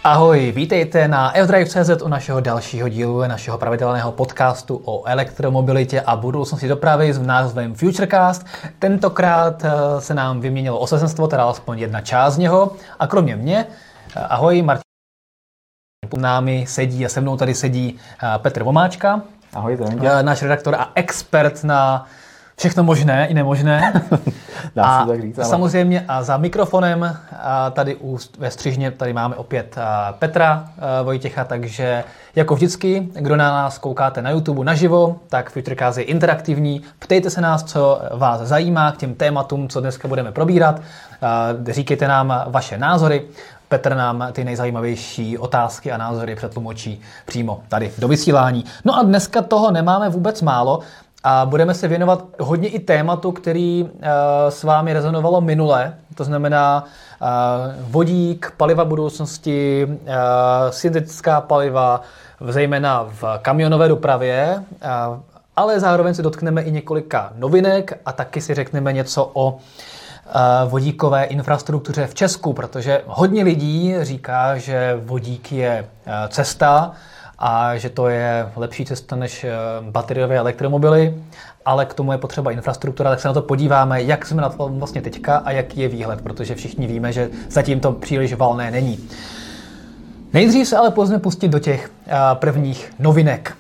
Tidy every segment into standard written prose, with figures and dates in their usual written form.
Ahoj, vítejte na fdrive.cz u našeho dalšího dílu našeho pravidelného podcastu o elektromobilitě a budoucnosti dopravy s názvem Futurecast. Tentokrát se nám vyměnilo osazenstvo, teda alespoň jedna část z něho. A kromě mě, ahoj, Martin, pod námi sedí a se mnou tady sedí Petr Vomáčka. Ahoj, náš redaktor a expert na všechno možné i nemožné. Dá se tak říct, ale... Samozřejmě a za mikrofonem tady ve střižně tady máme opět Petra Vojtěcha, takže jako vždycky, kdo na nás koukáte na YouTube naživo, tak Futurecast je interaktivní. Ptejte se nás, co vás zajímá k těm tématům, co dneska budeme probírat. Říkejte nám vaše názory. Petr nám ty nejzajímavější otázky a názory přetlumočí přímo tady do vysílání. No a dneska toho nemáme vůbec málo. A budeme se věnovat hodně i tématu, který s vámi rezonovalo minule, to znamená vodík, paliva budoucnosti, syntetická paliva, zejména v kamionové dopravě, ale zároveň se dotkneme i několika novinek a taky si řekneme něco o vodíkové infrastruktuře v Česku, protože hodně lidí říká, že vodík je cesta, a že to je lepší cesta než bateriové elektromobily, ale k tomu je potřeba infrastruktura, tak se na to podíváme, jak jsme na to vlastně teďka a jaký je výhled, protože všichni víme, že zatím to příliš valné není. Nejdřív se ale pojďme pustit do těch prvních novinek.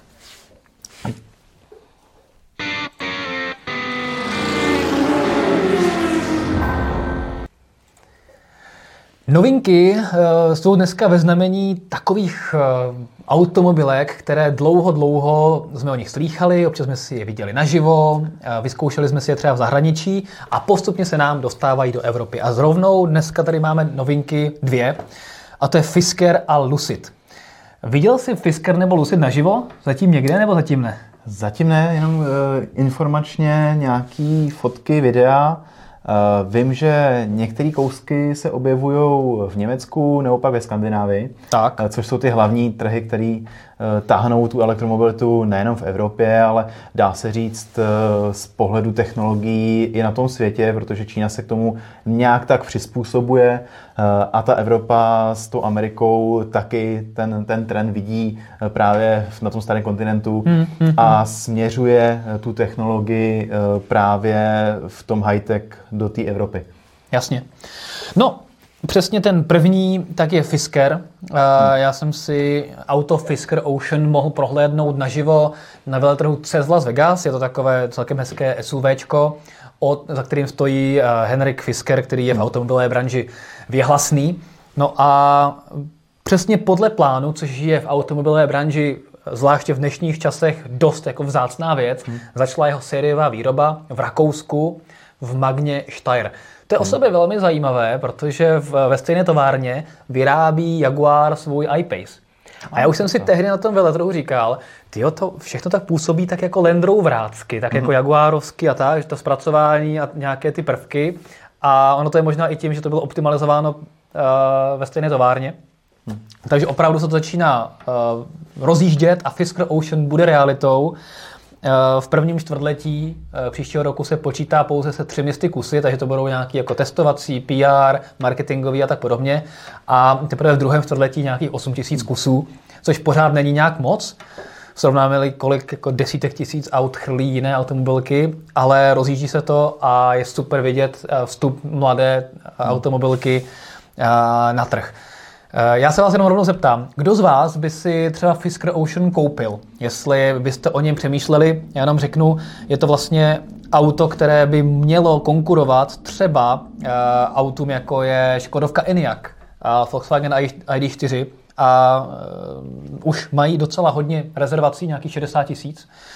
Novinky jsou dneska ve znamení takových automobilek, které dlouho jsme o nich slýchali, občas jsme si je viděli naživo, vyzkoušeli jsme si je třeba v zahraničí a postupně se nám dostávají do Evropy. A zrovnou dneska tady máme novinky dvě, a to je Fisker a Lucid. Viděl jsi Fisker nebo Lucid naživo? Zatím někde nebo zatím ne? Zatím ne, jenom informačně nějaký fotky, videa. Vím, že některé kousky se objevují v Německu nebo pak ve Skandinávii, což jsou ty hlavní trhy, které táhnou tu elektromobilitu nejenom v Evropě, ale dá se říct z pohledu technologií i na tom světě, protože Čína se k tomu nějak tak přizpůsobuje a ta Evropa s tou Amerikou taky ten trend vidí právě na tom starém kontinentu a směřuje tu technologii právě v tom high-tech do té Evropy. Jasně. No, přesně ten první, tak je Fisker. Já jsem si auto Fisker Ocean mohl prohlédnout naživo na veletrhu CES Las Vegas. Je to takové celkem hezké SUVčko, za kterým stojí Henrik Fisker, který je v automobilové branži věhlasný. No a přesně podle plánu, což je v automobilové branži zvláště v dnešních časech dost jako vzácná věc, začala jeho sériová výroba v Rakousku v Magně Steyr. To je o sobě velmi zajímavé, protože ve stejné továrně vyrábí Jaguar svůj I-Pace. A já už jsem si tehdy na tom veletrhu říkal, to všechno tak působí tak jako Land Roverácky, tak jako Jaguarovsky a tak, že to zpracování a nějaké ty prvky. A ono to je možná i tím, že to bylo optimalizováno ve stejné továrně. Takže opravdu se to začíná rozjíždět a Fisker Ocean bude realitou. V prvním čtvrtletí příštího roku se počítá pouze se 3 kusy, takže to budou nějaký jako testovací, PR, marketingový a tak podobně. A teprve v druhém čtvrtletí nějakých 8 000 kusů, což pořád není nějak moc. Srovnáme-li, kolik jako desítek tisíc aut chrlí jiné automobilky, ale rozjíždí se to a je super vidět vstup mladé automobilky na trh. Já se vás jenom rovnou zeptám, kdo z vás by si třeba Fisker Ocean koupil? Jestli byste o něm přemýšleli, já jenom řeknu, je to vlastně auto, které by mělo konkurovat třeba autům, jako je Škodovka Enyaq, Volkswagen ID4 a už mají docela hodně rezervací, nějakých 60 000.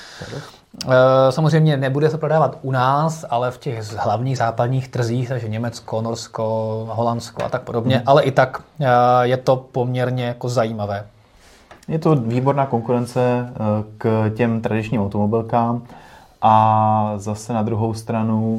Samozřejmě nebude se prodávat u nás, ale v těch hlavních západních trzích, takže Německo, Norsko, Holandsko a tak podobně, ale i tak je to poměrně jako zajímavé. Je to výborná konkurence k těm tradičním automobilkám a zase na druhou stranu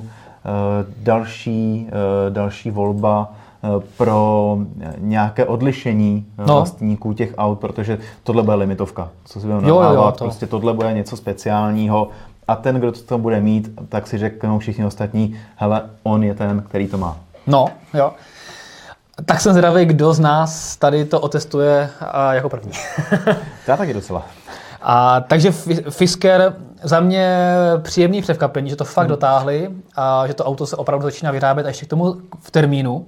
další volba pro nějaké odlišení vlastníků těch aut, protože tohle bude limitovka. Co si budeme nadávat, prostě tohle bude něco speciálního a ten, kdo to bude mít, tak si řeknou všichni ostatní, hele, on je ten, který to má. No, jo. Tak jsem zvědavý, kdo z nás tady to otestuje jako první. Já taky docela. Takže Fisker za mě příjemný překvapení, že to fakt dotáhli a že to auto se opravdu začíná vyrábět a ještě k tomu v termínu.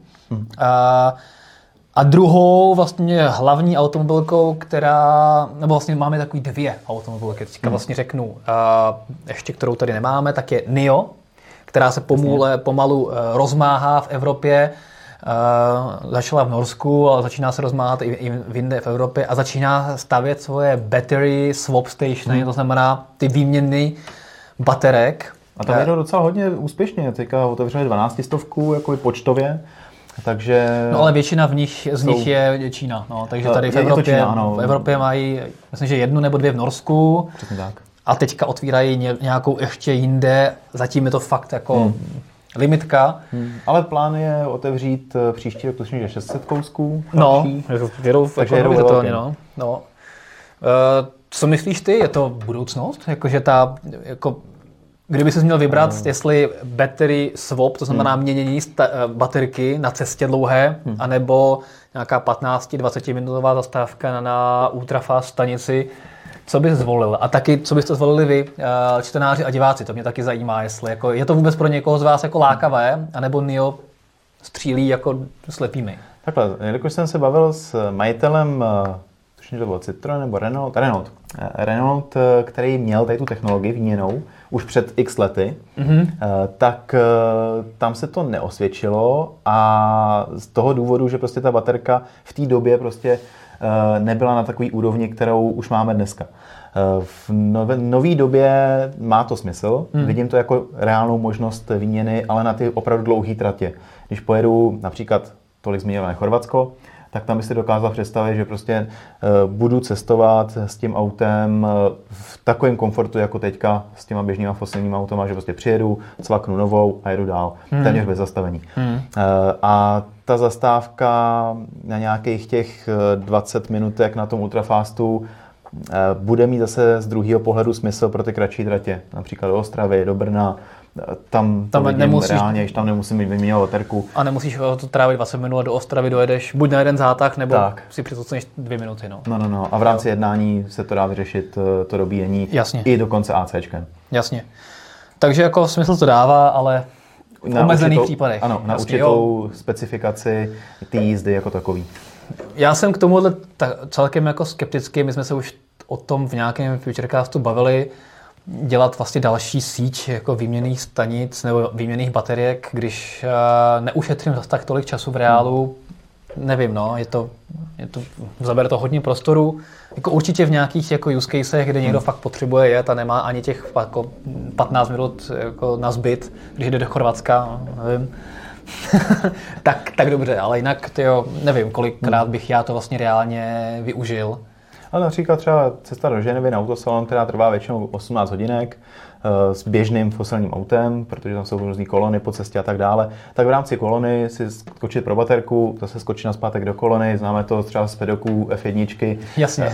A druhou vlastně hlavní automobilkou, nebo vlastně máme takový 2 automobilky, teďka vlastně řeknu, ještě kterou tady nemáme, tak je NIO, která se pomalu rozmáhá v Evropě. Začala v Norsku, ale začíná se rozmáhat i v jinde v Evropě a začíná stavět svoje battery swap stationy, to znamená ty výměny baterek. A tam je to docela hodně úspěšně, teďka otevřeli 12 stovku jako počtově. Takže... No ale většina z nich je Čína, no, takže tady v Evropě mají, myslím, že 1 nebo 2 v Norsku. Přesně tak. A teďka otvírají nějakou ještě jinde, zatím je to fakt jako limitka. Ale plán je otevřít příští rok, tuším, že 600 kousků. No, jedou no. Co myslíš ty, je to budoucnost? Kdyby jsi měl vybrat, jestli battery swap, to znamená měnění baterky na cestě dlouhé, anebo nějaká 15-20 minutová zastávka na ultrafast stanici, co bys zvolil? A taky, co byste zvolili vy, čtenáři a diváci? To mě taky zajímá, jestli je to vůbec pro někoho z vás jako lákavé, anebo NIO střílí jako slepými. Takhle, jelikož jsem se bavil s majitelem, tuším, že to bylo Citroën nebo Renault, který měl tady tu technologii výměnou už před x lety, tak tam se to neosvědčilo a z toho důvodu, že prostě ta baterka v té době prostě nebyla na takové úrovni, kterou už máme dneska. V nové době má to smysl, vidím to jako reálnou možnost výměny, ale na ty opravdu dlouhé tratě. Když pojedu například tolik zmiňované Chorvatsko, tak tam by si dokázal představit, že prostě budu cestovat s tím autem v takovém komfortu jako teďka s těma běžnýma fosilníma automa, že prostě přijedu, cvaknu novou a jedu dál, téměř bez zastavení. A ta zastávka na nějakých těch 20 minutek na tom ultrafastu bude mít zase z druhého pohledu smysl pro ty kratší tratě, například do Ostravy, do Brna. Tam nemusíš, reálně, když tam nemusím vyměňovat baterku. A nemusíš to trávit 20 minut a do Ostravy dojedeš buď na jeden zátah, nebo si přitucneš 2 minuty. No. A v rámci jednání se to dá vyřešit, to dobíjení. Jasně. I dokonce ACčkem. Jasně. Takže jako smysl to dává, ale v omezených případech. Ano, na určitou specifikaci té jízdy jako takový. Já jsem k tomuhle celkem jako skeptický. My jsme se už o tom v nějakém Futurecastu bavili, dělat vlastně další síť jako výměnných stanic nebo výměnných bateriek, když neušetřím zase tak tolik času v reálu. Nevím, zabere to hodně prostoru. Jako určitě v nějakých jako use casech, kde někdo fakt potřebuje jet a nemá ani těch jako 15 minut jako na zbyt, když jde do Chorvatska, nevím. tak dobře, ale jinak nevím, kolikrát bych já to vlastně reálně využil. Ale například třeba cesta do Ženevy na autosalon, která trvá většinou 18 hodinek s běžným fosilním autem, protože tam jsou různý kolony po cestě a tak dále, tak v rámci kolony si skočit pro baterku, zase skočit nazpátek do kolony, známe to třeba z pedoků F1. Jasně.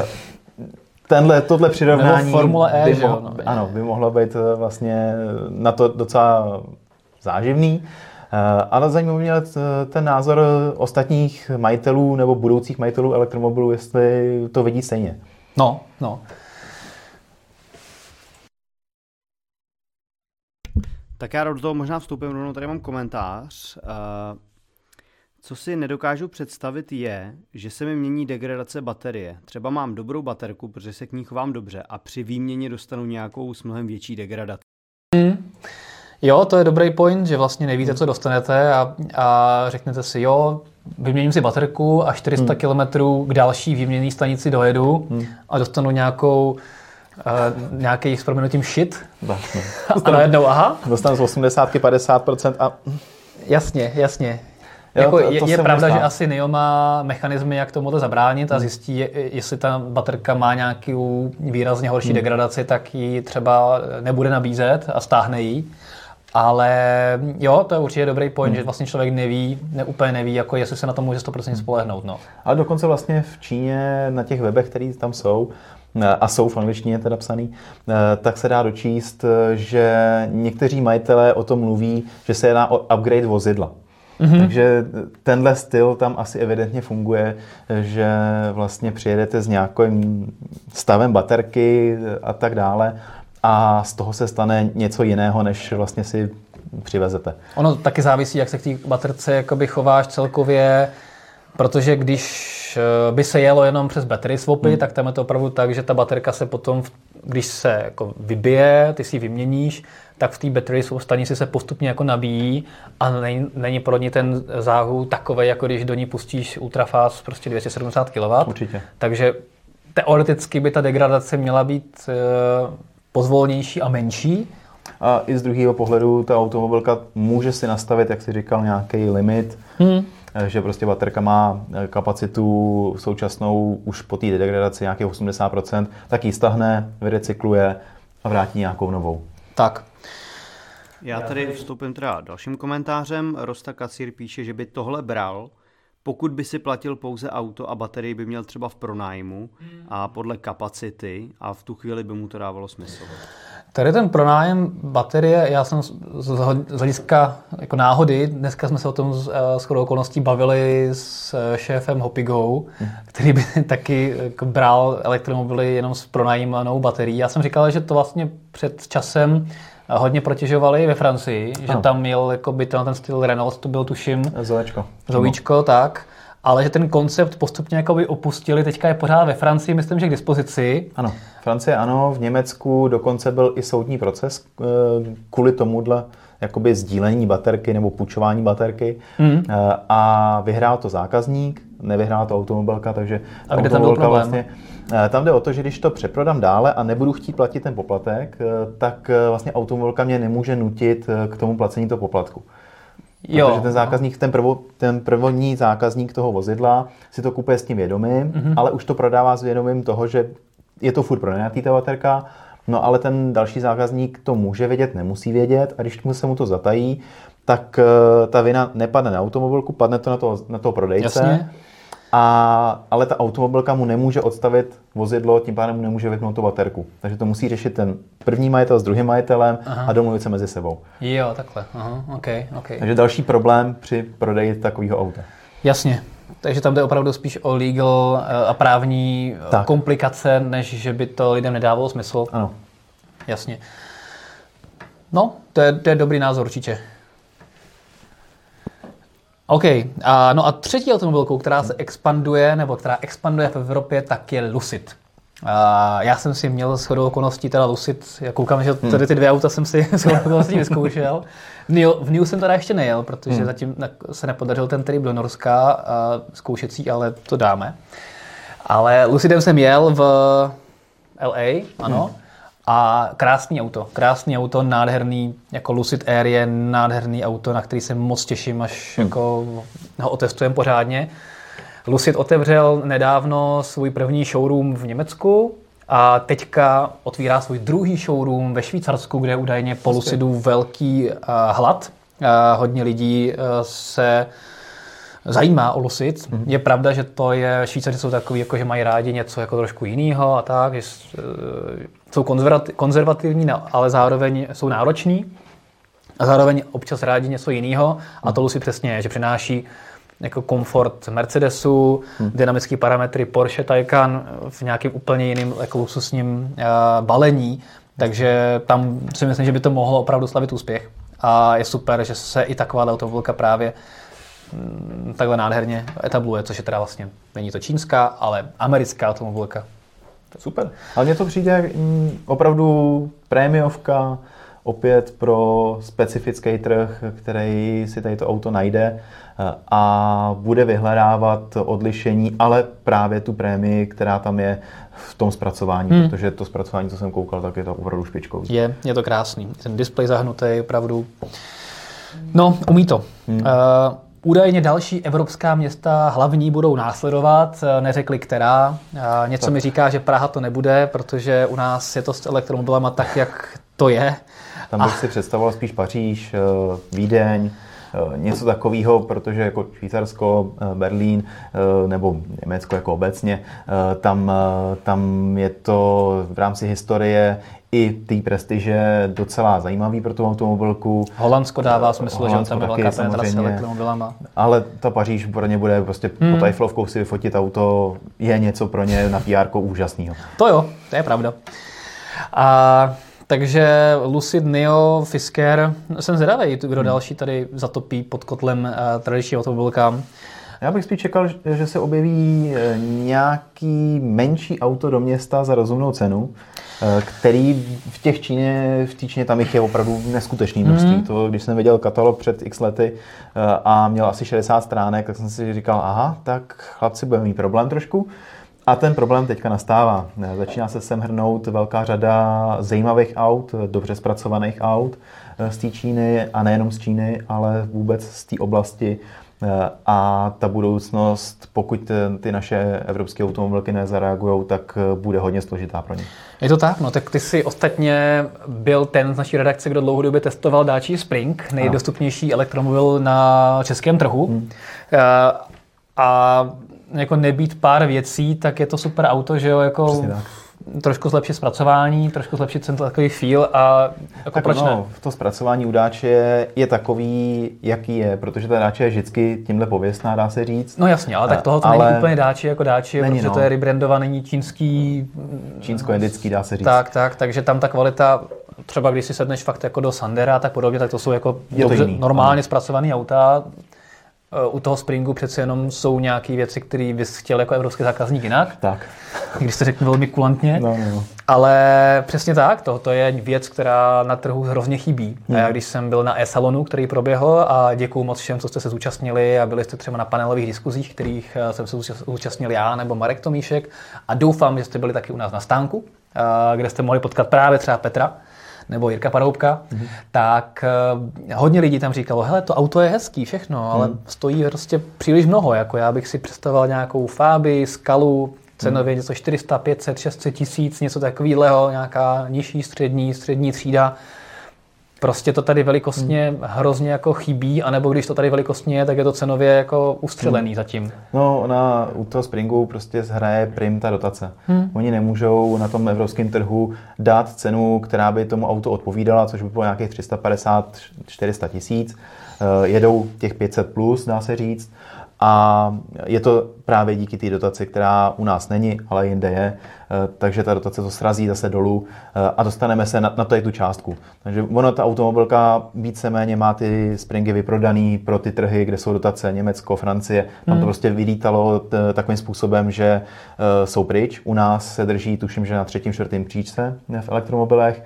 Tohle přirovnání Formule E, by mohlo být vlastně na to docela záživný. Ale zajímavý mě ten názor ostatních majitelů nebo budoucích majitelů elektromobilů, jestli to vidí stejně. No. Tak já do toho možná vstoupím rovnou, tady mám komentář. Co si nedokážu představit je, že se mi mění degradace baterie. Třeba mám dobrou baterku, protože se k ní chovám dobře a při výměně dostanu nějakou s mnohem větší degradaci. Jo, to je dobrý point, že vlastně nevíte, co dostanete a řeknete si, vyměním si baterku a 400 km k další výměnné stanici dojedu a dostanu nějaký s prominutím shit. A najednou, dostanu z 80-50% a... Jasně. Jako je pravda, že asi NIO má mechanismy, jak tomu zabránit a zjistí, jestli ta baterka má nějakou výrazně horší degradaci, tak ji třeba nebude nabízet a stáhne ji. Ale jo, to je určitě dobrý point, že vlastně člověk úplně neví, jako jestli se na to může 100% spolehnout. No. Ale dokonce vlastně v Číně na těch webech, které tam jsou, a jsou v angličtině teda psaný, tak se dá dočíst, že někteří majitelé o tom mluví, že se jedná o upgrade vozidla. Takže tenhle styl tam asi evidentně funguje, že vlastně přijedete s nějakým stavem baterky a tak dále a z toho se stane něco jiného, než vlastně si přivezete. Ono taky závisí, jak se k té baterce jakoby chováš celkově, protože když by se jelo jenom přes battery swapy, tak tam je to opravdu tak, že ta baterka se potom, když se jako vybije, ty si ji vyměníš, tak v té battery swap stanici se postupně jako nabíjí a není pro ní ten záhu takovej, jako když do ní pustíš ultrafast prostě 270 kW. Určitě. Takže teoreticky by ta degradace měla být pozvolnější a menší. A i z druhého pohledu ta automobilka může si nastavit, jak jsi říkal, nějaký limit, že prostě baterka má kapacitu současnou už po té degradaci nějakých 80%, tak ji stahne, vyrecykluje a vrátí nějakou novou. Tak. Já tady vstoupím teda dalším komentářem. Rosta Kacír píše, že by tohle bral, pokud by si platil pouze auto a baterii by měl třeba v pronájmu a podle kapacity a v tu chvíli by mu to dávalo smysl. Tady ten pronájem baterie, já jsem z hlediska jako náhody, dneska jsme se o tom shodou okolností bavili s šéfem Hopigo, který by taky jako bral elektromobily jenom s pronajímanou baterií. Já jsem říkal, že to vlastně před časem hodně protěžovali ve Francii, že tam měl jakoby ten styl Renault, to byl tuším Zoíčko, tak. Ale že ten koncept postupně jakoby opustili, teďka je pořád ve Francii, myslím, že k dispozici. Ano, Francie ano, v Německu dokonce byl i soudní proces kvůli tomuhle jakoby sdílení baterky nebo půjčování baterky a vyhrál to zákazník, nevyhrál to automobilka, takže a kde tam byl problém? Vlastně, tam jde o to, že když to přeprodám dále a nebudu chtít platit ten poplatek, tak vlastně automobilka mě nemůže nutit k tomu placení toho poplatku. Protože ten zákazník, ten první zákazník toho vozidla si to kupuje s tím vědomím, ale už to prodává s vědomím toho, že je to furt pronajatý ta baterka, no ale ten další zákazník to může vědět, nemusí vědět a když se mu to zatají, tak ta vina nepadne na automobilku, padne to na toho prodejce. Jasně. Ale ta automobilka mu nemůže odstavit vozidlo, tím pádem mu nemůže vypnout tu baterku. Takže to musí řešit ten první majitel s druhým majitelem a domluvit se mezi sebou. Jo, takhle. Aha, okay. Takže další problém při prodeji takového auta. Jasně. Takže tam jde opravdu spíš o legal a právní komplikace, než že by to lidem nedávalo smysl. Ano. Jasně. No, to je dobrý názor určitě. OK. No a třetí automobilkou, která se expanduje, nebo která expanduje v Evropě, tak je Lucid. Já jsem si měl shodou okolností teda Lucid, já koukám, že tady ty dvě auta jsem si shodou okolností vyzkoušel. V New jsem teda ještě nejel, protože zatím se nepodařil ten trip do Norska zkoušecí, ale to dáme. Ale Lucidem jsem jel v LA, ano. A krásný auto, nádherný, jako Lucid Air je nádherný auto, na který se moc těším, až jako ho otestujeme pořádně. Lucid otevřel nedávno svůj první showroom v Německu a teďka otvírá svůj druhý showroom ve Švýcarsku, kde je údajně po Lucidu velký hlad. Hodně lidí se zajímá o Lucid. Je pravda, že to je, Švýcaři jsou takový, jako že mají rádi něco jako trošku jiného a tak, že jsou konzervativní, ale zároveň jsou nároční a zároveň občas rádi něco jiného a to Lucid přesně je, že přináší jako komfort Mercedesu, dynamické parametry Porsche Taycan v nějakým úplně jiným jako luxusním balení, takže tam si myslím, že by to mohlo opravdu slavit úspěch a je super, že se i taková automobilka právě takhle nádherně etabluje, což je teda vlastně, není to čínská, ale americká automobilka. Super. Ale mně to přijde opravdu prémiovka, opět pro specifický trh, který si tady to auto najde a bude vyhledávat odlišení, ale právě tu prémii, která tam je v tom zpracování, protože to zpracování, co jsem koukal, tak je to opravdu špičkový. Je to krásný. Ten displej zahnutý je opravdu... No, umí to. Údajně další evropská města hlavní budou následovat, neřekli která. Něco mi říká, že Praha to nebude, protože u nás je to s elektromobilama tak, jak to je. Tam bych si představoval spíš Paříž, Vídeň, něco takového, protože jako Švýcarsko, Berlín nebo Německo jako obecně, tam je to v rámci historie i té prestiže docela zajímavý pro tu automobilku. Holandsko dává smysl, že tam je velká penetrace s elektromobilama. Ale ta Paříž pro ně bude prostě pod Eiffelovkou si vyfotit auto, je něco pro ně na PR úžasného. To jo, to je pravda. Takže Lucid, NIO, Fisker, jsem zvědavý, kdo další tady zatopí pod kotlem tradičním automobilkám. Já bych spíš čekal, že se objeví nějaký menší auto do města za rozumnou cenu, který v té Číně tam jich je opravdu neskutečný množství. To, když jsem viděl katalog před x lety a měl asi 60 stránek, tak jsem si říkal, aha, tak chlapci budeme mít problém trošku. A ten problém teďka nastává. Začíná se sem hrnout velká řada zajímavých aut, dobře zpracovaných aut z té Číny a nejenom z Číny, ale vůbec z té oblasti. A ta budoucnost, pokud ty naše evropské automobilky nezareagují, tak bude hodně složitá pro ně. Je to tak? No tak ty jsi ostatně byl ten z naší redakce, kdo dlouhodobě testoval Dacia Spring, nejdostupnější elektromobil na českém trhu. A jako nebýt pár věcí, tak je to super auto, že jo, jako trošku zlepšit zpracování, trošku zlepšit ten takový feel a jako tak proč ne? To zpracování u Dacia je takový, jaký je, protože ta Dacia je vždycky tímhle pověstná, dá se říct. No jasně, ale tak toho to není úplně Dacia jako Dacia, protože to je rebrandovaný čínský... Čínsko-indický, dá se říct. Takže tam ta kvalita, třeba když si sedneš fakt jako do Sandera a tak podobně, tak to jsou jako dobře, normálně zpracovaný auta. U toho Springu přece jenom jsou nějaké věci, které bys chtěl jako evropský zákazník jinak. Tak. Když to řeknu velmi kulantně. No. Ale přesně tak, to je věc, která na trhu hrozně chybí. A já když jsem byl na e-salonu, který proběhl, a děkuju moc všem, co jste se zúčastnili a byli jste třeba na panelových diskuzích, kterých jsem se zúčastnil já nebo Marek Tomíšek, a doufám, že jste byli taky u nás na stánku, kde jste mohli potkat právě třeba Petra nebo Jirka Paroubka, tak hodně lidí tam říkalo, hele, to auto je hezký, všechno, ale stojí prostě příliš mnoho, jako já bych si představoval nějakou Fabii, Skalu, cenově něco 400, 500, 600 tisíc, něco takového, nějaká nižší, střední třída. Prostě to tady velikostně hrozně jako chybí, anebo když to tady velikostně je, tak je to cenově jako ustřelený zatím. No, u toho Springu prostě hraje prim ta dotace. Oni nemůžou na tom evropském trhu dát cenu, která by tomu autu odpovídala, což by bylo nějakých 350-400 tisíc. Jedou těch 500 plus, dá se říct. A je to právě díky té dotaci, která u nás není, ale jinde je. Takže ta dotace to srazí zase dolů a dostaneme se na tu částku. Takže ono, ta automobilka víceméně má ty Springy vyprodaný pro ty trhy, kde jsou dotace, Německo, Francie. Tam to prostě vylítalo takovým způsobem, že jsou pryč. U nás se drží, tuším, že na 3., 4. příčce v elektromobilech.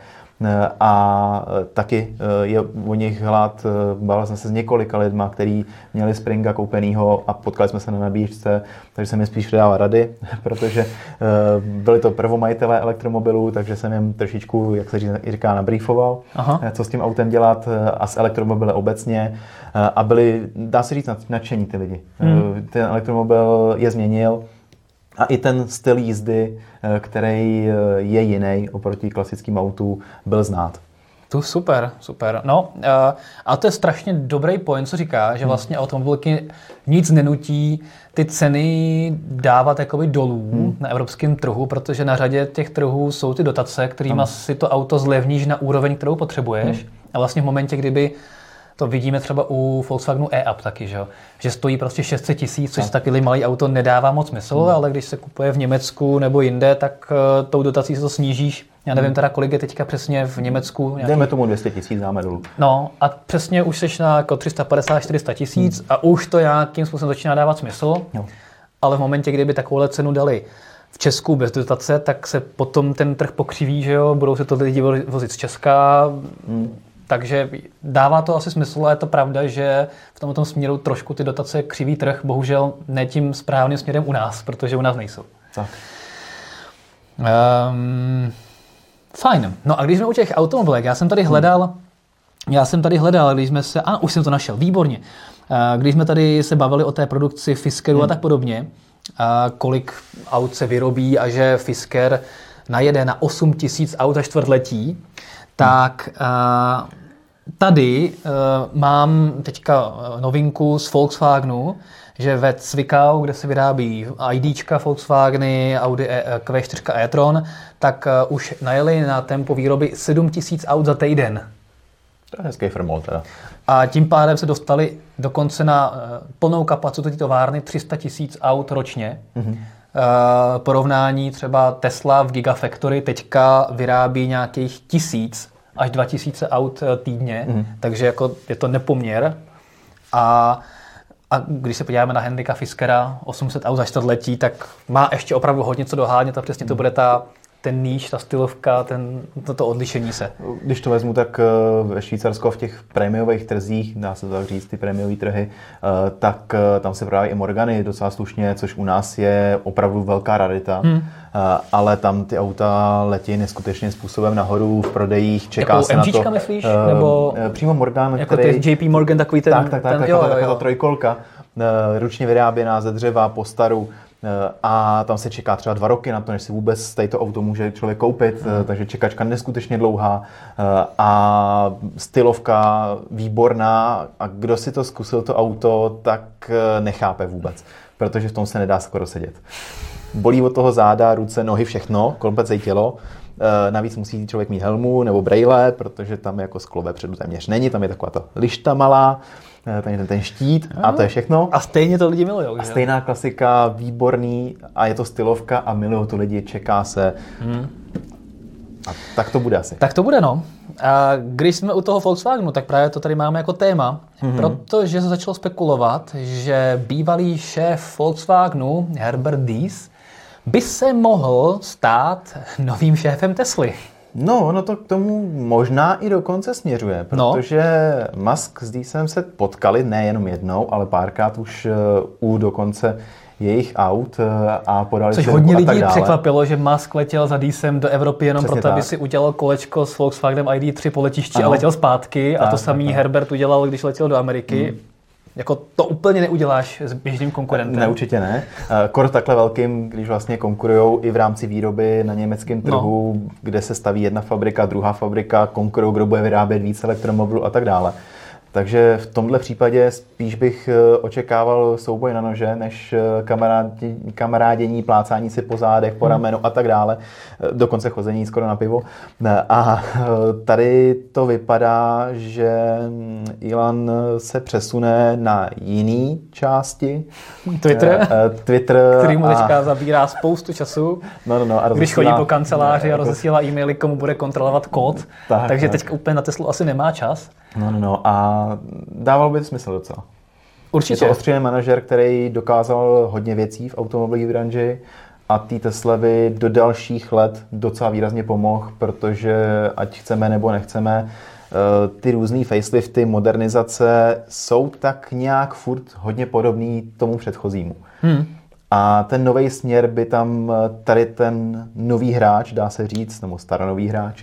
A taky je o nich hlad. Bavil jsem se s několika lidma, kteří měli Springa koupenýho a potkali jsme se na nabíječce, takže jsem jim spíš předával rady, protože byli to prvomajitelé elektromobilů, takže jsem jim trošičku, jak se říká, nabriefoval, co s tím autem dělat a s elektromobily obecně. A byli, dá se říct, nadšení ty lidi. Ten elektromobil je změnil. A i ten styl jízdy, který je jiný oproti klasickým autům, byl znát. To super. No, a to je strašně dobrý point, co říká, že vlastně automobilky nic nenutí ty ceny dávat jakoby dolů na evropském trhu, protože na řadě těch trhů jsou ty dotace, kterýma si to auto zlevníš na úroveň, kterou potřebuješ. A vlastně v momentě, kdyby to vidíme třeba u Volkswagenu e-up taky, že stojí prostě 600 tisíc, což takový malý auto nedává moc smysl, ale když se kupuje v Německu nebo jinde, tak tou dotací se to snížíš. Já nevím teda, kolik je teďka přesně v Německu. Dejme tomu 200 tisíc, dáme dolů. No a přesně už seš na jako 350-400 tisíc a už to nějakým způsobem začíná dávat smysl, ale v momentě, kdyby takovouhle cenu dali v Česku bez dotace, tak se potom ten trh pokřiví, že jo, budou se to lidi vozit z Česka. Takže dává to asi smysl, ale je to pravda, že v tomto směru trošku ty dotace křiví trh, bohužel ne tím správným směrem u nás, protože u nás nejsou. Tak. Fajn. No a když jsme u těch automobilek, já jsem tady hledal, když jsme se, už jsem to našel, výborně. Když jsme tady se bavili o té produkci Fiskeru a tak podobně, kolik aut se vyrobí a že Fisker najede na 8 000 aut za čtvrtletí, tak tady mám teďka novinku z Volkswagenu, že ve Zwickau, kde se vyrábí IDčka Volkswageny, Audi Q4 e-tron, tak už najeli na tempo výroby 7000 aut za týden. To je hezký firmol teda. A tím pádem se dostali dokonce na plnou kapacitu té továrny 300 000 aut ročně. Porovnání třeba Tesla v Gigafactory teďka vyrábí nějakých 1000 až 2000 aut týdně, takže jako je to nepoměr. A když se podíváme na Henrika Fiskera, 800 aut za čtvrtletí, tak má ještě opravdu hodně co dohánět a přesně to bude ten níž, ta stylovka, to odlišení se. Když to vezmu, tak ve Švýcarsku v těch prémiových trzích, dá se to tak říct, ty prémiové trhy, tak tam se prodávají i Morgany docela slušně, což u nás je opravdu velká rarita. Ale tam ty auta letí neskutečným způsobem nahoru v prodejích, čeká jako se na to. MGčka myslíš? Nebo přímo Morgan, jako který... JP Morgan, takový ten... Tak, ta trojkolka, ručně vyráběná ze dřeva, po staru. A tam se čeká třeba 2 roky na to, než si vůbec to auto může člověk koupit, takže čekačka neskutečně dlouhá a stylovka výborná a kdo si to zkusil, to auto, tak nechápe vůbec, protože v tom se nedá skoro sedět. Bolí od toho záda, ruce, nohy, všechno, komplet celé tělo. Navíc musí člověk mít helmu nebo brejle, protože tam jako sklo vepředu téměř není, tam je taková ta lišta malá, ten štít a to je všechno. A stejně to lidi milujou. A stejná klasika, výborný a je to stylovka a milujou to lidi, čeká se. A tak to bude asi. Tak to bude, no. A když jsme u toho Volkswagenu, tak právě to tady máme jako téma, protože se začalo spekulovat, že bývalý šéf Volkswagenu, Herbert Diess, by se mohl stát novým šéfem Tesly. No, ono to k tomu možná i dokonce směřuje, protože Musk s Diesem se potkali nejenom jednou, ale párkrát už u dokonce jejich aut a podali se. Což hodně lidí překvapilo, že Musk letěl za Diesem do Evropy jenom proto, aby si udělal kolečko s Volkswagenem ID3 po letišti a letěl zpátky. Tak, a to samý Herbert udělal, když letěl do Ameriky. Jako to úplně neuděláš s běžným konkurentem. Ne, určitě ne. Kor takhle velkým, když vlastně konkurujou i v rámci výroby na německém trhu, kde se staví jedna fabrika, druhá fabrika, konkurují, kdo bude vyrábět víc elektromobilů a tak dále. Takže v tomhle případě spíš bych očekával souboj na nože, než kamarádění, plácání si po zádech, po ramenu a tak dále. Dokonce chození skoro na pivo. A tady to vypadá, že Elon se přesune na jiný části. Twitter, který mu teďka zabírá spoustu času. Když chodí po kanceláři a rozesílá e-maily, komu bude kontrolovat kód. Takže teďka úplně na Teslu asi nemá čas. A dával by smysl docela. Určitě. Je to ostřílený manažer, který dokázal hodně věcí v automobilové branži a té Tesle by do dalších let docela výrazně pomohl, protože ať chceme nebo nechceme, ty různý facelifty, modernizace jsou tak nějak furt hodně podobný tomu předchozímu. A ten nový směr by tam tady ten nový hráč, dá se říct, nebo staronový hráč,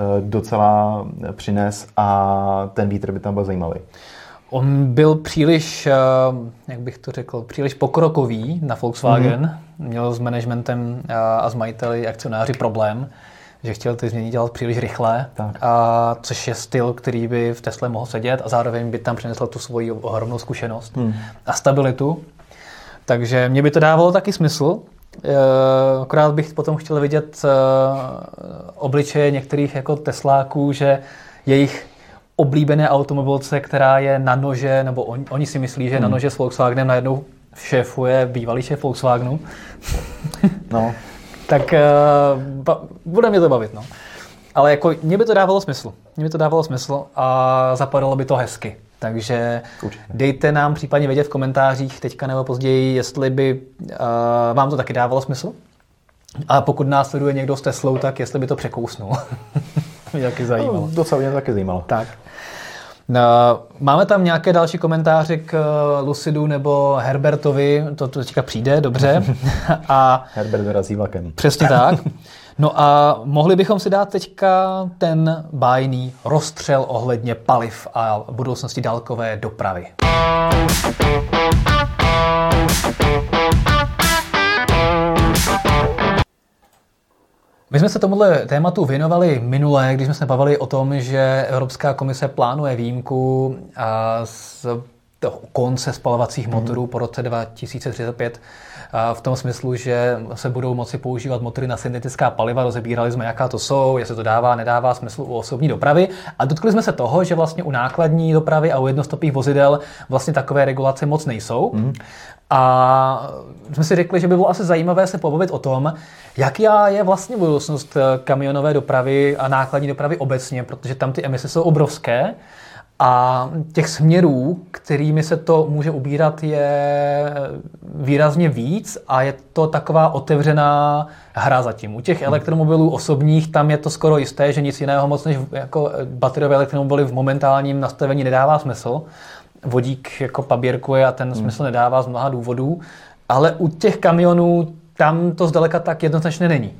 docela přines a ten vítr by tam byl zajímavý. On byl příliš, jak bych to řekl, příliš pokrokový na Volkswagen. Měl s managementem a s majiteli akcionáři problém, že chtěl ty změny dělat příliš rychle, což je styl, který by v Tesle mohl sedět a zároveň by tam přinesl tu svoji ohromnou zkušenost a stabilitu. Takže mě by to dávalo taky smysl. Akorát bych potom chtěl vidět obličeje některých jako Tesláků, že jejich oblíbené automobilce, která je na nože, nebo oni si myslí, že na nože s Volkswagenem najednou šéfuje bývalý šéf Volkswagenu. Tak bude mě to bavit, no. Ale jako mě by to dávalo smysl a zapadalo by to hezky. Takže dejte nám případně vědět v komentářích teďka nebo později, jestli by vám to taky dávalo smysl. A pokud nás sleduje někdo s Teslou, tak jestli by to překousnul. Mě taky zajímalo. Docela mě taky zajímalo. Tak. Máme tam nějaké další komentáře k Lucidu nebo Herbertovi, to teďka přijde, dobře. A Herbert vyrazí vlakem. Přesně tak. No a mohli bychom si dát teďka ten bájný rozstřel ohledně paliv a budoucnosti dálkové dopravy. My jsme se tomuhle tématu věnovali minule, když jsme se bavili o tom, že Evropská komise plánuje výjimku z toho konce spalovacích motorů po roce 2035 v tom smyslu, že se budou moci používat motory na syntetická paliva. Rozebírali jsme, jaká to jsou, jestli to dává, nedává smysl u osobní dopravy. A dotkli jsme se toho, že vlastně u nákladní dopravy a u jednostopých vozidel vlastně takové regulace moc nejsou. A jsme si řekli, že by bylo asi zajímavé se pobavit o tom, jaká je vlastně budoucnost kamionové dopravy a nákladní dopravy obecně, protože tam ty emise jsou obrovské a těch směrů, kterými se to může ubírat, je výrazně víc a je to taková otevřená hra zatím. U těch elektromobilů osobních tam je to skoro jisté, že nic jiného moc než jako bateriové elektromobily v momentálním nastavení nedává smysl. Vodík jako paběrkuje a ten smysl nedává z mnoha důvodů, ale u těch kamionů tam to zdaleka tak jednoznačně není.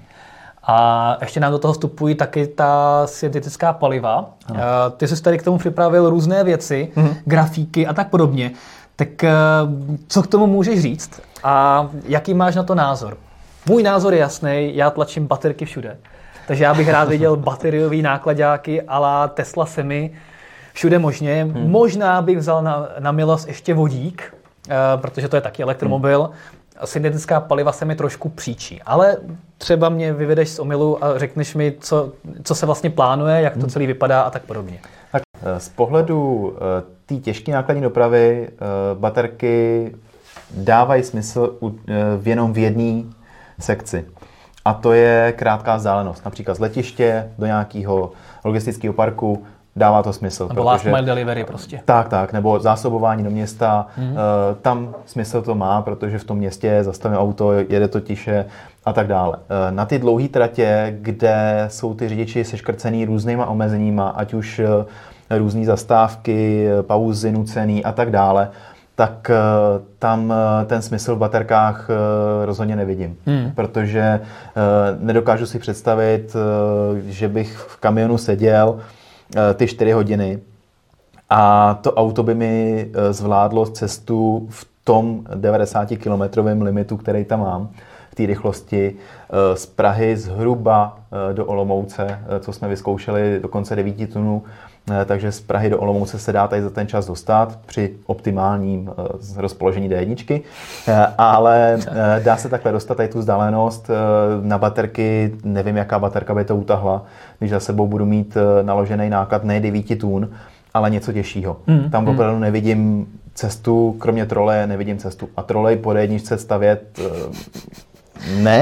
A ještě nám do toho vstupují taky ta syntetická paliva. Ty jsi tady k tomu připravil různé věci, grafíky a tak podobně. Tak co k tomu můžeš říct a jaký máš na to názor? Můj názor je jasný, já tlačím baterky všude. Takže já bych rád viděl bateriový nákladáky a la Tesla Semi všude možně. Možná bych vzal na milost ještě vodík, protože to je taky elektromobil. Syntetická paliva se mi trošku příčí, ale třeba mě vyvedeš z omylu a řekneš mi, co se vlastně plánuje, jak to celý vypadá a tak podobně. Tak z pohledu té těžké nákladní dopravy baterky dávají smysl jenom v jedné sekci. A to je krátká vzdálenost. Například z letiště do nějakého logistického parku dává to smysl. Nebo last mile delivery prostě. Tak, nebo zásobování do města. Tam smysl to má, protože v tom městě zastaví auto, jede to tiše a tak dále. Na ty dlouhé tratě, kde jsou ty řidiči seškrcený různýma omezeníma, ať už různé zastávky, pauzy nucený a tak dále, tak tam ten smysl v baterkách rozhodně nevidím. Protože nedokážu si představit, že bych v kamionu seděl ty 4 hodiny a to auto by mi zvládlo cestu v tom 90-kilometrovém limitu, který tam mám, v té rychlosti, z Prahy zhruba do Olomouce, co jsme vyzkoušeli dokonce 9 tunů, takže z Prahy do Olomouce se dá tady za ten čas dostat při optimálním rozpoložení D1, ale dá se takhle dostat tady tu vzdálenost na baterky, nevím, jaká baterka by to utahla, když za sebou budu mít naložený náklad ne 9 tun, ale něco těžšího. Tam opravdu nevidím cestu, kromě troleje nevidím cestu. A trolej po D1 stavět ne.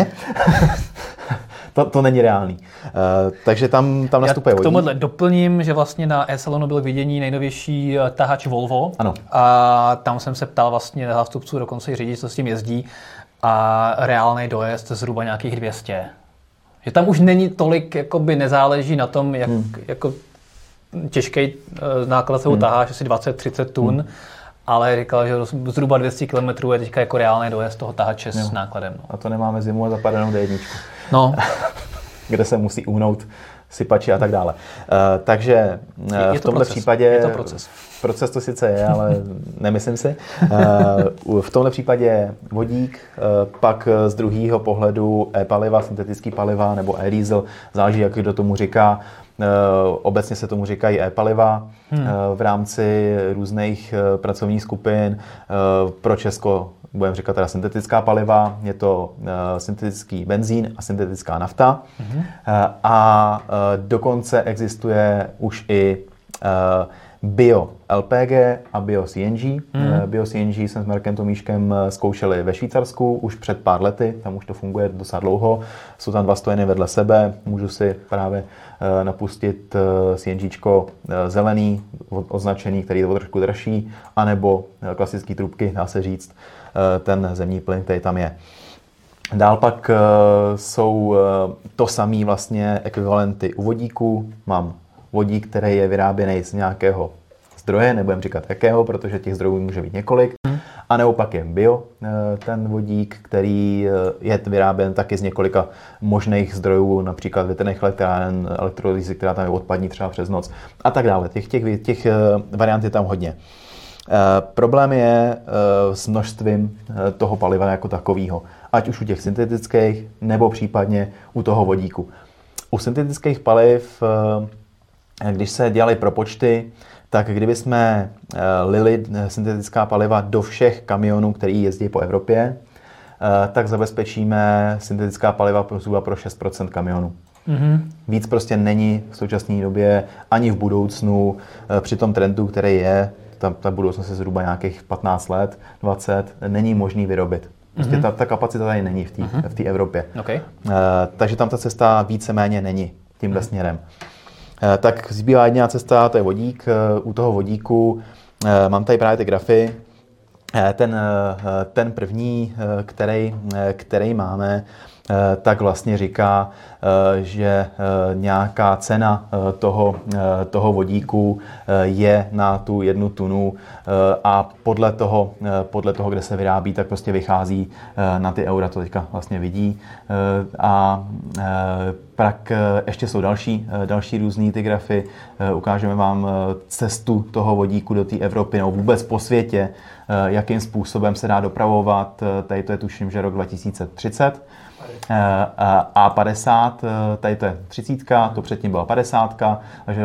To není reálný. Takže tam nastupuje vodík. K tomuhle doplním, že vlastně na e-salonu byl vidění nejnovější tahač Volvo. Ano. A tam jsem se ptal vlastně zástupců, dokonce i řidič, co s tím jezdí. A reálný dojezd zhruba nějakých 200. Že tam už není tolik, jakoby nezáleží na tom, jak jako těžký náklad se taháš, asi 20-30 tun. Ale říkal, že zhruba 200 km je teďka jako reálný dojezd toho tahače s nákladem. No. A to nemáme zimu a zapadenou D1. No. Kde se musí uhnout sypači a tak dále. Takže je v tomhle proces. případě... Je to proces. Proces to sice je, ale nemyslím si. V tomhle případě vodík, pak z druhého pohledu e-paliva, syntetický paliva nebo e-diesel, záleží, jak kdo tomu říká. Obecně se tomu říkají e-paliva v rámci různých pracovních skupin. Pro Česko budeme říkat teda syntetická paliva, je to syntetický benzín a syntetická nafta. A dokonce existuje už i bio LPG a bio CNG. Bio CNG jsem s Markem Tomíškem zkoušeli ve Švýcarsku už před pár lety, tam už to funguje docela dlouho. Jsou tam 2 stojeny vedle sebe, můžu si právě napustit CNGčko zelený, označený, který je trošku dražší, anebo klasické trubky, dá se říct, ten zemní plyn, který tam je. Dál pak jsou to samé vlastně ekvivalenty u vodíku. Mám vodík, který je vyráběný z nějakého zdroje, nebudem říkat jakého, protože těch zdrojů může být několik. A nebo pak je bio, ten vodík, který je vyráběn taky z několika možných zdrojů, například větrných elektráren, elektrolýzy, která tam je odpadní třeba přes noc a tak dále. Těch variant je tam hodně. Problém je s množstvím toho paliva jako takového. Ať už u těch syntetických, nebo případně u toho vodíku. U syntetických paliv, když se dělaly propočty, tak kdyby jsme lili syntetická paliva do všech kamionů, který jezdí po Evropě, tak zabezpečíme syntetická paliva zhruba pro 6% kamionů. Mm-hmm. Víc prostě není v současné době ani v budoucnu při tom trendu, který je, ta budoucnost je zhruba nějakých 15 let, 20, není možný vyrobit. Prostě ta kapacita tady není v té Evropě. Okay. Takže tam ta cesta víceméně není tímhle směrem. Tak zbývá jediná cesta, to je vodík. U toho vodíku mám tady právě ty grafy. Ten první, který máme, tak vlastně říká, že nějaká cena toho vodíku je na tu 1 tunu a podle toho, kde se vyrábí, tak prostě vychází na ty eura, to teďka vlastně vidí. A pak ještě jsou další různý ty grafy. Ukážeme vám cestu toho vodíku do té Evropy nebo vůbec po světě, jakým způsobem se dá dopravovat. Tady to je tuším, že rok 2030. A 50, tady to je 30, to předtím byla 50, takže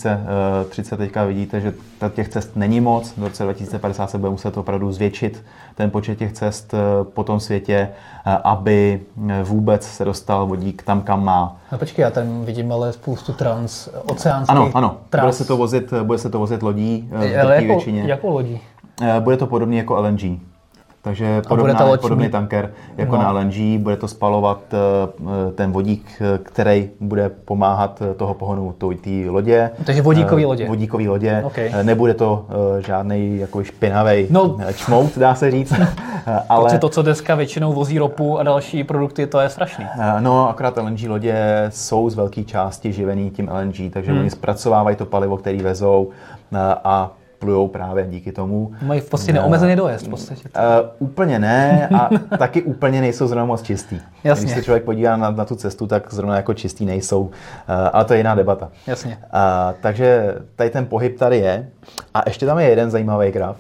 2030 teďka vidíte, že těch cest není moc. V roce 2050 se bude muset opravdu zvětšit ten počet těch cest po tom světě, aby vůbec se dostal vodík tam, kam má. No počkej, já tam vidím ale spoustu transoceánských. Ano, bude se to vozit lodí v drtivé většině. Jakou lodí? Bude to podobný jako LNG. Takže podobný tanker jako na LNG, bude to spalovat ten vodík, který bude pomáhat toho pohonu té lodě. Takže vodíkový lodě. Okay. Nebude to žádnej jako špinavý čmout, dá se říct. Ale protože to, co dneska většinou vozí ropu a další produkty, to je strašný. No, akorát LNG lodě jsou z velké části živený tím LNG, takže oni zpracovávají to palivo, který vezou a plujou právě díky tomu. Mají v podstatě neomezený dojezd v podstatě. Úplně ne a taky úplně nejsou zrovna moc čistý. Jasně. Když se člověk podívá na tu cestu, tak zrovna jako čistý nejsou, ale to je jiná debata. Jasně. Takže tady ten pohyb tady je a ještě tam je jeden zajímavý graf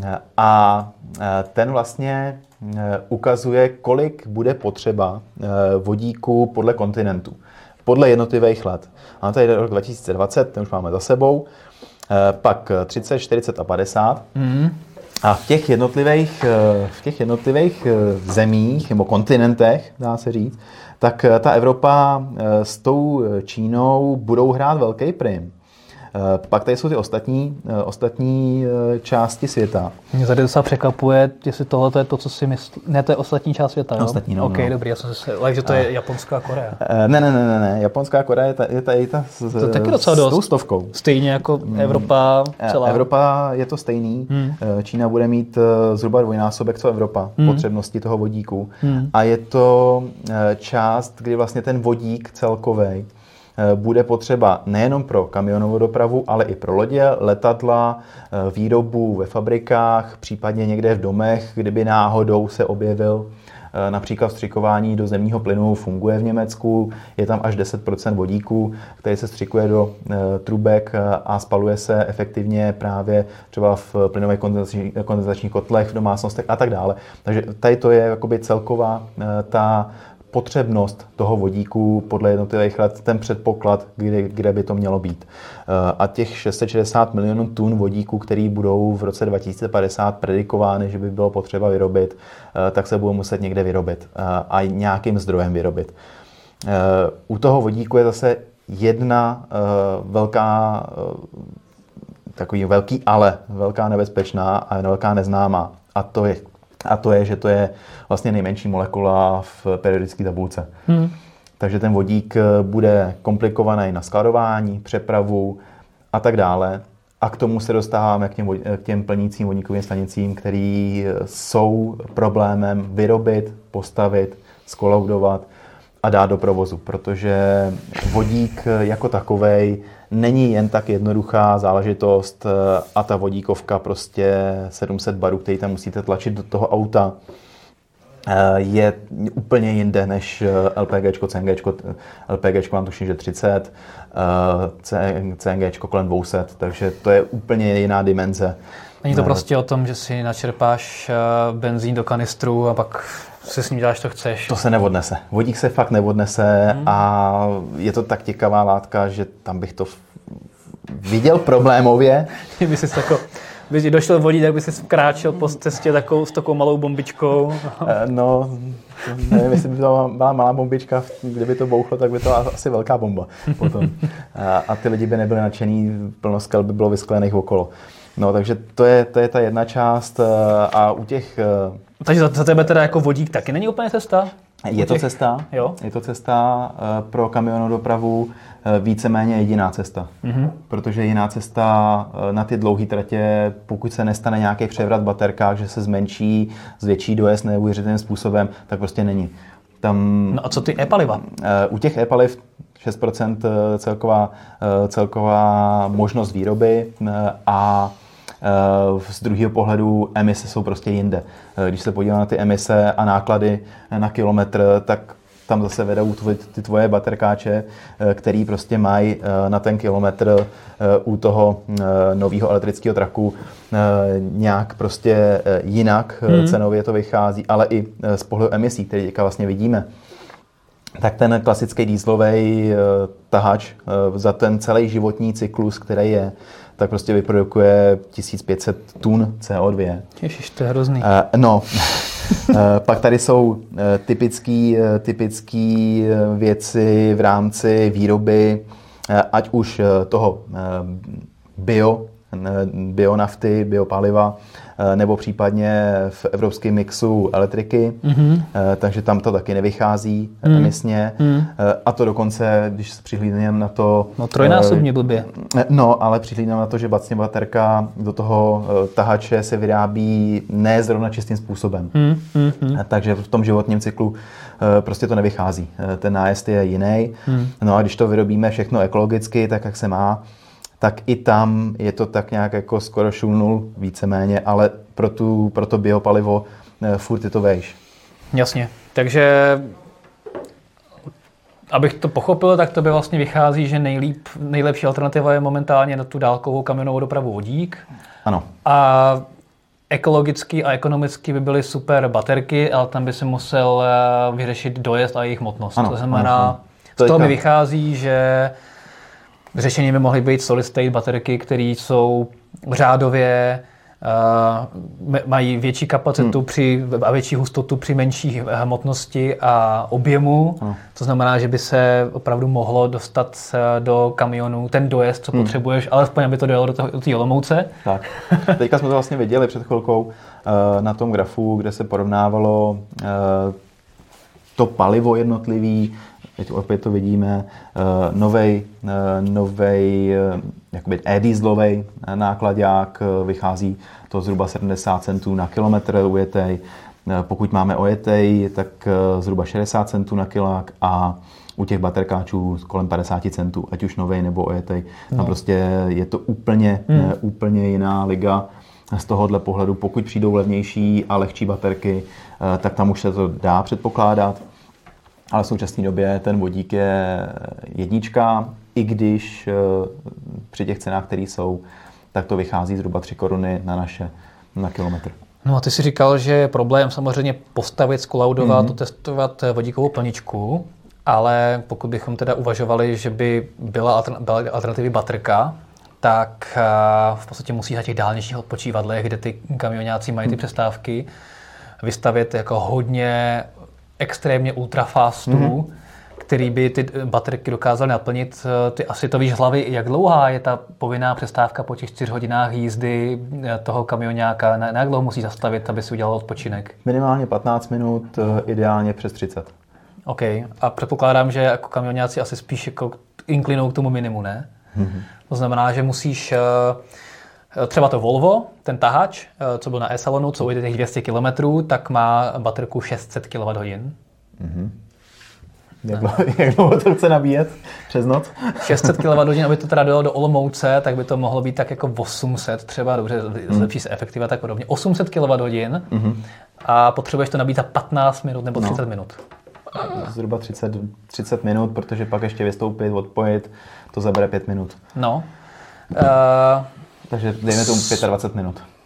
a ten vlastně ukazuje, kolik bude potřeba vodíku podle kontinentu, podle jednotlivých let. A tady je rok 2020, ten už máme za sebou. Pak 30, 40 a 50. A v těch jednotlivých zemích nebo kontinentech, dá se říct, tak ta Evropa s tou Čínou budou hrát velký prim. Pak tady jsou ty ostatní části světa. Mě tady docela překvapuje, jestli tohle je to, co si myslí. Ne, to je ostatní část světa, jo? Ostatní, no. OK, dobrý, já jsem si že to je Japonsko a Korea. Ne. Japonská a Korea je tady ta to taky docela dost. S tou stovkou. Stejně jako Evropa celá. Evropa je to stejný. Čína bude mít zhruba dvojnásobek co Evropa potřebnosti toho vodíku. A je to část, kdy vlastně ten vodík celkovej bude potřeba nejenom pro kamionovou dopravu, ale i pro lodě, letadla, výrobu ve fabrikách, případně někde v domech, kdyby náhodou se objevil například vstřikování do zemního plynu funguje v Německu, je tam až 10% vodíku, který se vstřikuje do trubek a spaluje se efektivně právě třeba v plynových kondenzačních kotlech, v domácnostech a tak dále. Takže tady to je jakoby celková ta potřebnost toho vodíku podle jednotlivých let, ten předpoklad, kde by to mělo být. A těch 660 milionů tun vodíku, který budou v roce 2050 predikovány, že by bylo potřeba vyrobit, tak se budou muset někde vyrobit a nějakým zdrojem vyrobit. U toho vodíku je zase jedna takový velký ale, velká nebezpečná a velká neznámá. A to je, že to je vlastně nejmenší molekula v periodické tabulce. Takže ten vodík bude komplikovaný na skladování, přepravu a tak dále. A k tomu se dostáváme k těm plnícím vodíkovým stanicím, který jsou problémem vyrobit, postavit, skoloudovat a dát do provozu. Protože vodík jako takovej není jen tak jednoduchá záležitost a ta vodíkovka prostě 700 barů, který tam musíte tlačit do toho auta, je úplně jinde než LPGčko, CNGčko. LPGčko mám tuším, že 30, CNGčko kolem 200, takže to je úplně jiná dimenze. Není to prostě o tom, že si načerpáš benzín do kanistru a pak si s ním děláš, co chceš. To se neodnese. Vodík se fakt neodnese a je to tak těkavá látka, že tam bych to viděl problémově. Kdyby jsi když došel vodík, tak by si kráčel po cestě s takovou malou bombičkou. No, nevím, jestli by to byla malá bombička, kdyby to bouchlo, tak by to asi velká bomba potom. A ty lidi by nebyli nadšení, plno skel by bylo vysklených okolo. No, takže to je ta jedna část a u těch... Takže za tebe teda jako vodík taky není úplně cesta? Je to cesta, jo? Je to cesta pro kamionovou dopravu, víceméně jediná cesta. Protože jiná cesta na ty dlouhé tratě, pokud se nestane nějaký převrat v baterkách, že se zvětší dojezd neuvěřitelným způsobem, tak prostě není. No a co ty e-paliva? U těch e-paliv 6% celková možnost výroby a z druhého pohledu emise jsou prostě jinde. Když se podívám na ty emise a náklady na kilometr, tak tam zase vedou ty tvoje baterkáče, který prostě mají na ten kilometr u toho nového elektrického traku nějak prostě jinak cenově to vychází, ale i z pohledu emisí, který teďka vlastně vidíme. Tak ten klasický dieselový tahač za ten celý životní cyklus, který je, tak prostě vyprodukuje 1500 tun CO2. Ježiš, to je hrozný. Pak tady jsou typické věci v rámci výroby, ať už toho bionafty, biopaliva, nebo případně v evropském mixu elektriky, takže tam to taky nevychází emisně. A to dokonce, když se přihlídneme na to... No trojnásobně blbě. No, ale přihlídneme na to, že vlastně baterka do toho tahače se vyrábí ne zrovna čistým způsobem. Takže v tom životním cyklu prostě to nevychází. Ten nájezd je jiný. No a když to vyrobíme všechno ekologicky, tak jak se má, tak i tam je to tak nějak jako skoro šul nul víceméně, ale pro to biopalivo furt je to vejš. Jasně, takže abych to pochopil, tak to by vlastně vychází, že nejlepší alternativa je momentálně na tu dálkovou kamionovou dopravu vodík. Ano. A ekologicky a ekonomicky by byly super baterky, ale tam by se musel vyřešit dojezd a jejich hmotnost. Ano, to znamená, z toho mi vychází, že řešení by mohly být solid state baterky, které jsou řádově mají větší kapacitu a větší hustotu při menší hmotnosti a objemu. To znamená, že by se opravdu mohlo dostat do kamionu ten dojezd, co potřebuješ, alespoň aby to dojelo do té Olomouce. Tak. Teďka jsme to vlastně viděli před chvilkou na tom grafu, kde se porovnávalo to palivo jednotlivý. Teď opět to vidíme, novej jakoby e-dieselový nákladák, vychází to zhruba 70 centů na kilometr ujetej. Pokud máme ojetej, tak zhruba 60 centů na kilák a u těch baterkáčů kolem 50 centů, ať už novej nebo ojetej. Tam prostě je to úplně jiná liga z tohohle pohledu. Pokud přijdou levnější a lehčí baterky, tak tam už se to dá předpokládat. Ale v současné době ten vodík je jednička, i když při těch cenách, které jsou, tak to vychází zhruba 3 koruny na kilometr. No a ty si říkal, že je problém samozřejmě postavit, skolaudovat, testovat vodíkovou plničku, ale pokud bychom teda uvažovali, že by byla alternativní baterka, tak v podstatě musí na těch dálničních odpočívadlech, kde ty kamionáci mají ty přestávky, vystavět jako hodně extrémně ultrafastů, který by ty baterky dokázaly naplnit. Ty asi to víš z hlavy, jak dlouhá je ta povinná přestávka po těch 4 hodinách jízdy toho kamionáka, na jak dlouho musí zastavit, aby si udělal odpočinek? Minimálně 15 minut, ideálně přes 30. OK. A předpokládám, že jako kamionáci asi spíš jako inklinou k tomu minimu, ne? To znamená, že musíš třeba to Volvo, ten tahač, co byl na e-salonu, co ujede těch 200 km, tak má baterku 600 kWh. Jak dlouho to chce nabíjet přes noc? 600 kWh, aby to teda dojelo do Olomouce, tak by to mohlo být tak jako 800, třeba dobře, zlepší se efektiva, tak podobně. 800 kWh a potřebuješ to nabít za 15 minut nebo 30 minut. Zhruba 30 minut, protože pak ještě vystoupit, odpojit, to zabere 5 minut. No. Takže dejme tomu 25 minut.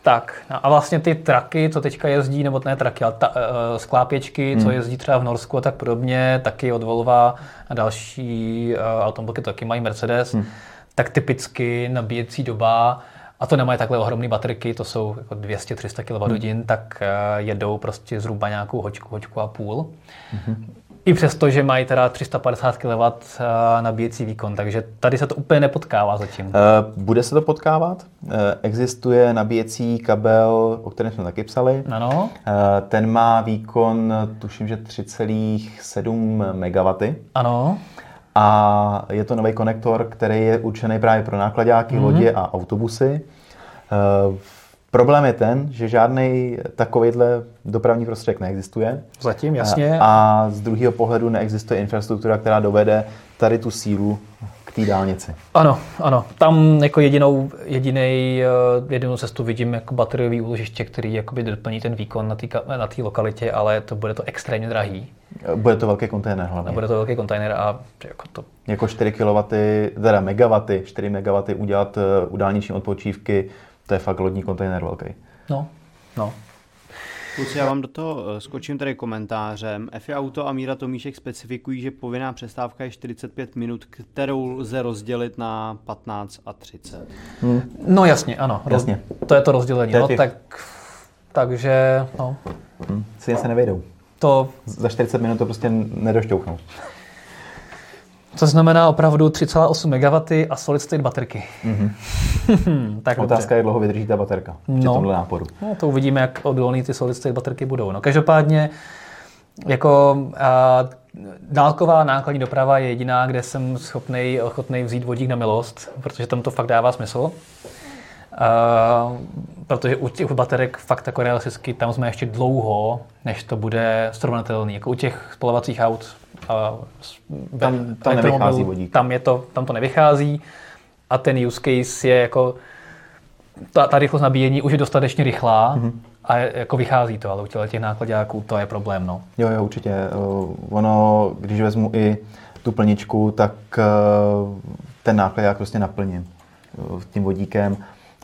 Tak a vlastně ty traky, co teďka jezdí, nebo ne traky, ale sklápěčky, co jezdí třeba v Norsku a tak podobně, taky od Volva a další automobilky taky mají Mercedes, tak typicky nabíjecí doba, a to nemají takhle ohromné baterky, to jsou jako 200-300 kWh, tak jedou prostě zhruba nějakou hoďku a půl. I přesto, že mají teda 350 kW nabíjecí výkon, takže tady se to úplně nepotkává zatím. Bude se to potkávat? Existuje nabíjecí kabel, o kterém jsme taky psali. Ano. Ten má výkon, tuším, že 3,7 MW. Ano. A je to nový konektor, který je určený právě pro nákladáky, lodě a autobusy. Problém je ten, že žádný takovýhle dopravní prostředek neexistuje. Zatím, jasně. A z druhého pohledu neexistuje infrastruktura, která dovede tady tu sílu k té dálnici. Ano. Tam jako jedinou cestu vidím jako bateriový úložiště, který jakoby doplní ten výkon na té lokalitě, ale bude to extrémně drahý. Bude to velký kontejner hlavně. Bude to velký kontejner a jako to... Jako 4 kW, teda megawaty, 4 MW udělat u dálniční odpočívky, to je fakt lodní kontejner velký. No. Kluci, já vám do toho skočím tady komentářem. FI Auto a Míra Tomíšek specifikují, že povinná přestávka je 45 minut, kterou lze rozdělit na 15 a 30. No jasně, ano. Jasně. To je to rozdělení. Takže, no. Si se nevejdou. To... Za 40 minut to prostě nedošťouchnou. To znamená opravdu 3,8 MW a solid state baterky. Tak otázka je, jak dlouho vydrží ta baterka při tomhle náporu. No, to uvidíme, jak odolný ty solid state baterky budou. No, každopádně jako dálková nákladní doprava je jediná, kde jsem ochotnej vzít vodík na milost, protože tam to fakt dává smysl. Protože u těch baterek fakt jako realisticky tam jsme ještě dlouho, než to bude srovnatelný. Jako u těch spalovacích aut tam nevychází vodík. Tam to nevychází a ten use case je jako ta rychlost nabíjení už je dostatečně rychlá a jako vychází to, ale u těch nákladáků to je problém. No. Jo, určitě. Ono, když vezmu i tu plničku, tak ten nákladák prostě naplním tím vodíkem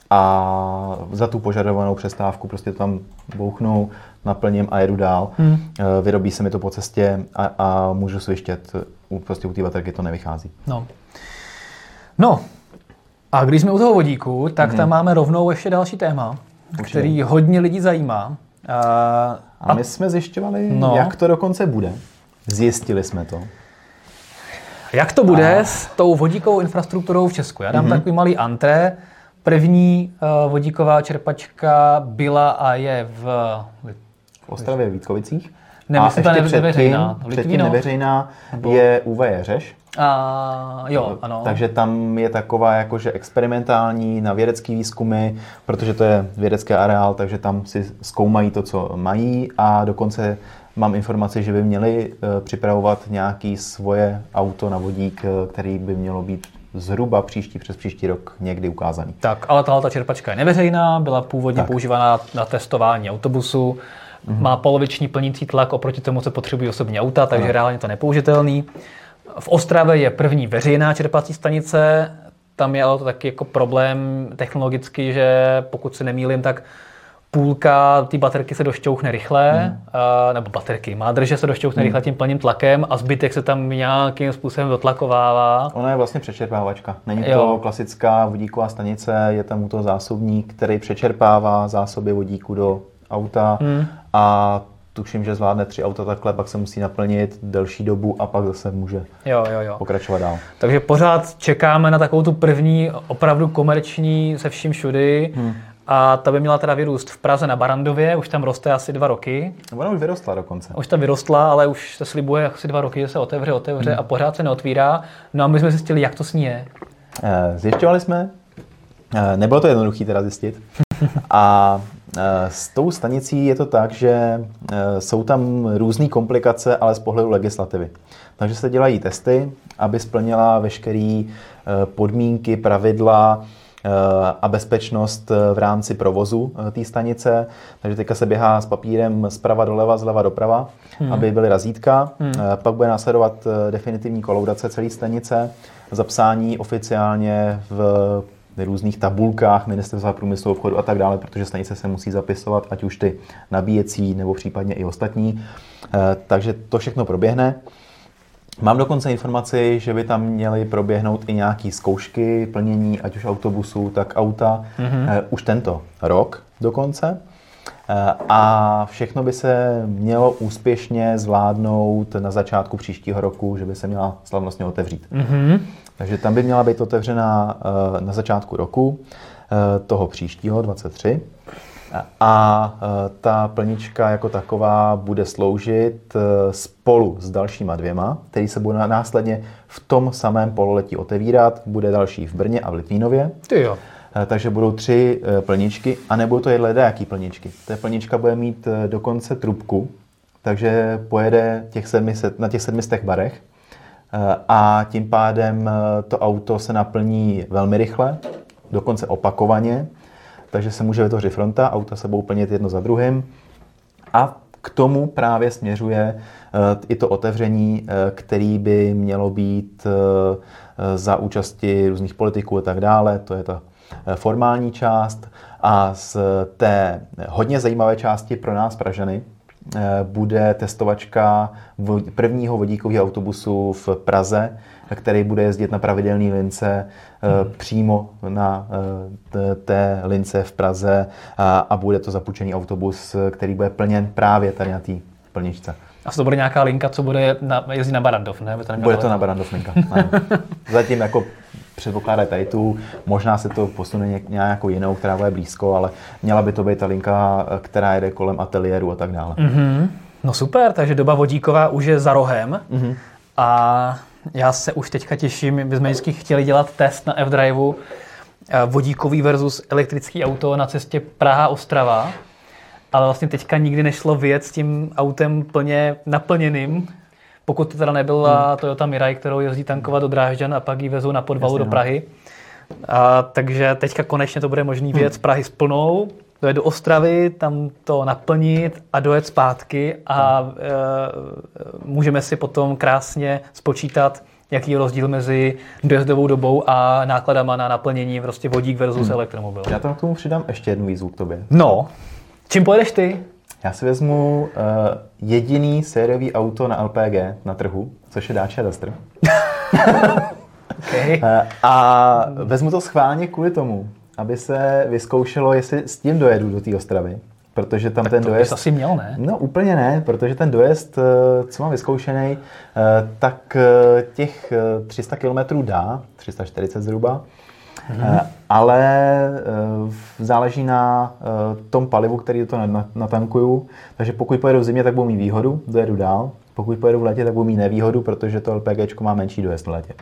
a za tu požadovanou přestávku prostě to tam bouchnu, naplním a jedu dál. Vyrobí se mi to po cestě a můžu svištět. Prostě u té baterky to nevychází. No. A když jsme u toho vodíku, tak tam máme rovnou ještě další téma, který hodně lidí zajímá. A my jsme zjišťovali, jak to dokonce bude. Zjistili jsme to. Jak to bude s tou vodíkovou infrastrukturou v Česku? Já dám takový malý antré. První vodíková čerpačka byla a je v Ostravě v Vítkovicích. Ne, myslím, ta neveřejná. Předtím neveřejná je UV Jeřeš. Jo, ano. Takže tam je taková jakože experimentální na vědecký výzkumy, protože to je vědecký areál, takže tam si zkoumají to, co mají a dokonce mám informaci, že by měli připravovat nějaké svoje auto na vodík, který by mělo být zhruba přes příští rok někdy ukázaný. Tak, ale tahle čerpačka je neveřejná, byla původně používána na testování autobusu, má poloviční plnící tlak oproti tomu, co potřebují osobní auta, takže reálně to nepoužitelný. V Ostravě je první veřejná čerpací stanice, tam je ale to taky jako problém technologicky, že pokud se nemýlím, tak půlka té baterky se došťouchne rychle, nebo baterky, nádrže se došťouchne rychle tím plným tlakem a zbytek se tam nějakým způsobem dotlakovává. Ona je vlastně přečerpávačka. Není to klasická vodíková stanice, je tam u toho zásobník, který přečerpává zásoby vodíku do auta a tuším, že zvládne 3 auta takhle, pak se musí naplnit delší dobu a pak zase může pokračovat dál. Takže pořád čekáme na takovou tu první opravdu komerční se vším všudy. A ta by měla teda vyrůst v Praze na Barandově, už tam roste asi 2 roky. Ona už vyrostla dokonce. Už tam vyrostla, ale už se slibuje asi 2 roky, že se otevře a pořád se neotvírá. No a my jsme zjistili, jak to s ní je. Zjišťovali jsme, nebylo to jednoduché teda zjistit. A s tou stanicí je to tak, že jsou tam různé komplikace, ale z pohledu legislativy. Takže se dělají testy, aby splnila veškeré podmínky, pravidla a bezpečnost v rámci provozu té stanice. Takže teďka se běhá s papírem zprava doleva, zleva doprava, aby byly razítka. Pak bude následovat definitivní kolaudace celé stanice, zapsání oficiálně v různých tabulkách Ministerstva průmyslu, obchodu a tak dále, protože stanice se musí zapisovat, ať už ty nabíjecí nebo případně i ostatní. Takže to všechno proběhne. Mám dokonce informaci, že by tam měly proběhnout i nějaké zkoušky plnění, ať už autobusů, tak auta, už tento rok dokonce. A všechno by se mělo úspěšně zvládnout na začátku příštího roku, že by se měla slavnostně otevřít. Takže tam by měla být otevřena na začátku roku toho příštího, 23. A ta plnička jako taková bude sloužit spolu s dalšíma 2, který se bude následně v tom samém pololetí otevírat. Bude další v Brně a v Litvínově. Takže budou 3 plničky a nebudou to jaký plničky. Ta plnička bude mít dokonce trubku, takže pojede na těch 700 barech a tím pádem to auto se naplní velmi rychle, dokonce opakovaně, takže se může vytvořit fronta, auta se budou plnit jedno za druhým a k tomu právě směřuje i to otevření, který by mělo být za účasti různých politiků a tak dále, to je ta formální část a z té hodně zajímavé části pro nás Pražany bude testovačka prvního vodíkového autobusu v Praze, který bude jezdit na pravidelné lince přímo na té lince v Praze a bude to zapůjčený autobus, který bude plněn právě tady na té plničce. A to bude nějaká linka, co bude jezdit na Barrandov, ne? Bude to na Barrandov linka. Zatím jako předpokládají tady tu, možná se to posune nějakou jinou, která bude blízko, ale měla by to být ta linka, která jede kolem ateliéru a tak dále. No super, takže doba vodíková už je za rohem a já se už teďka těším, my jsme vždycky chtěli dělat test na F-Driveu vodíkový versus elektrický auto na cestě Praha-Ostrava, ale vlastně teďka nikdy nešlo vyjet s tím autem plně naplněným, pokud to teda nebyla Toyota Mirai, kterou jezdí tankovat do Drážďan a pak ji vezou na podvalu do Prahy. Takže teďka konečně to bude možný vyjet z Prahy s plnou, dojet do Ostravy, tam to naplnit a dojet zpátky a můžeme si potom krásně spočítat, jaký je rozdíl mezi dojezdovou dobou a nákladama na naplnění, prostě vodík versus elektromobil. Já tam k tomu přidám ještě jednu výzvu k tobě. No, čím pojedeš ty? Já si vezmu jediný sériový auto na LPG na trhu, což je Dacia Duster. Okay. A vezmu to schválně kvůli tomu, aby se vyzkoušelo, jestli s tím dojedu do té Ostravy. Protože tam tak ten to dojezd... bys asi měl, ne? No úplně ne, protože ten dojezd, co mám vyzkoušený, tak těch 300 km dá, 340 zhruba. Ale záleží na tom palivu, který to natankuju. Takže pokud pojedu v zimě, tak budu mít výhodu, dojedu dál. Pokud pojedu v létě, tak budu mít nevýhodu, protože to LPGčko má menší dojezd v létě.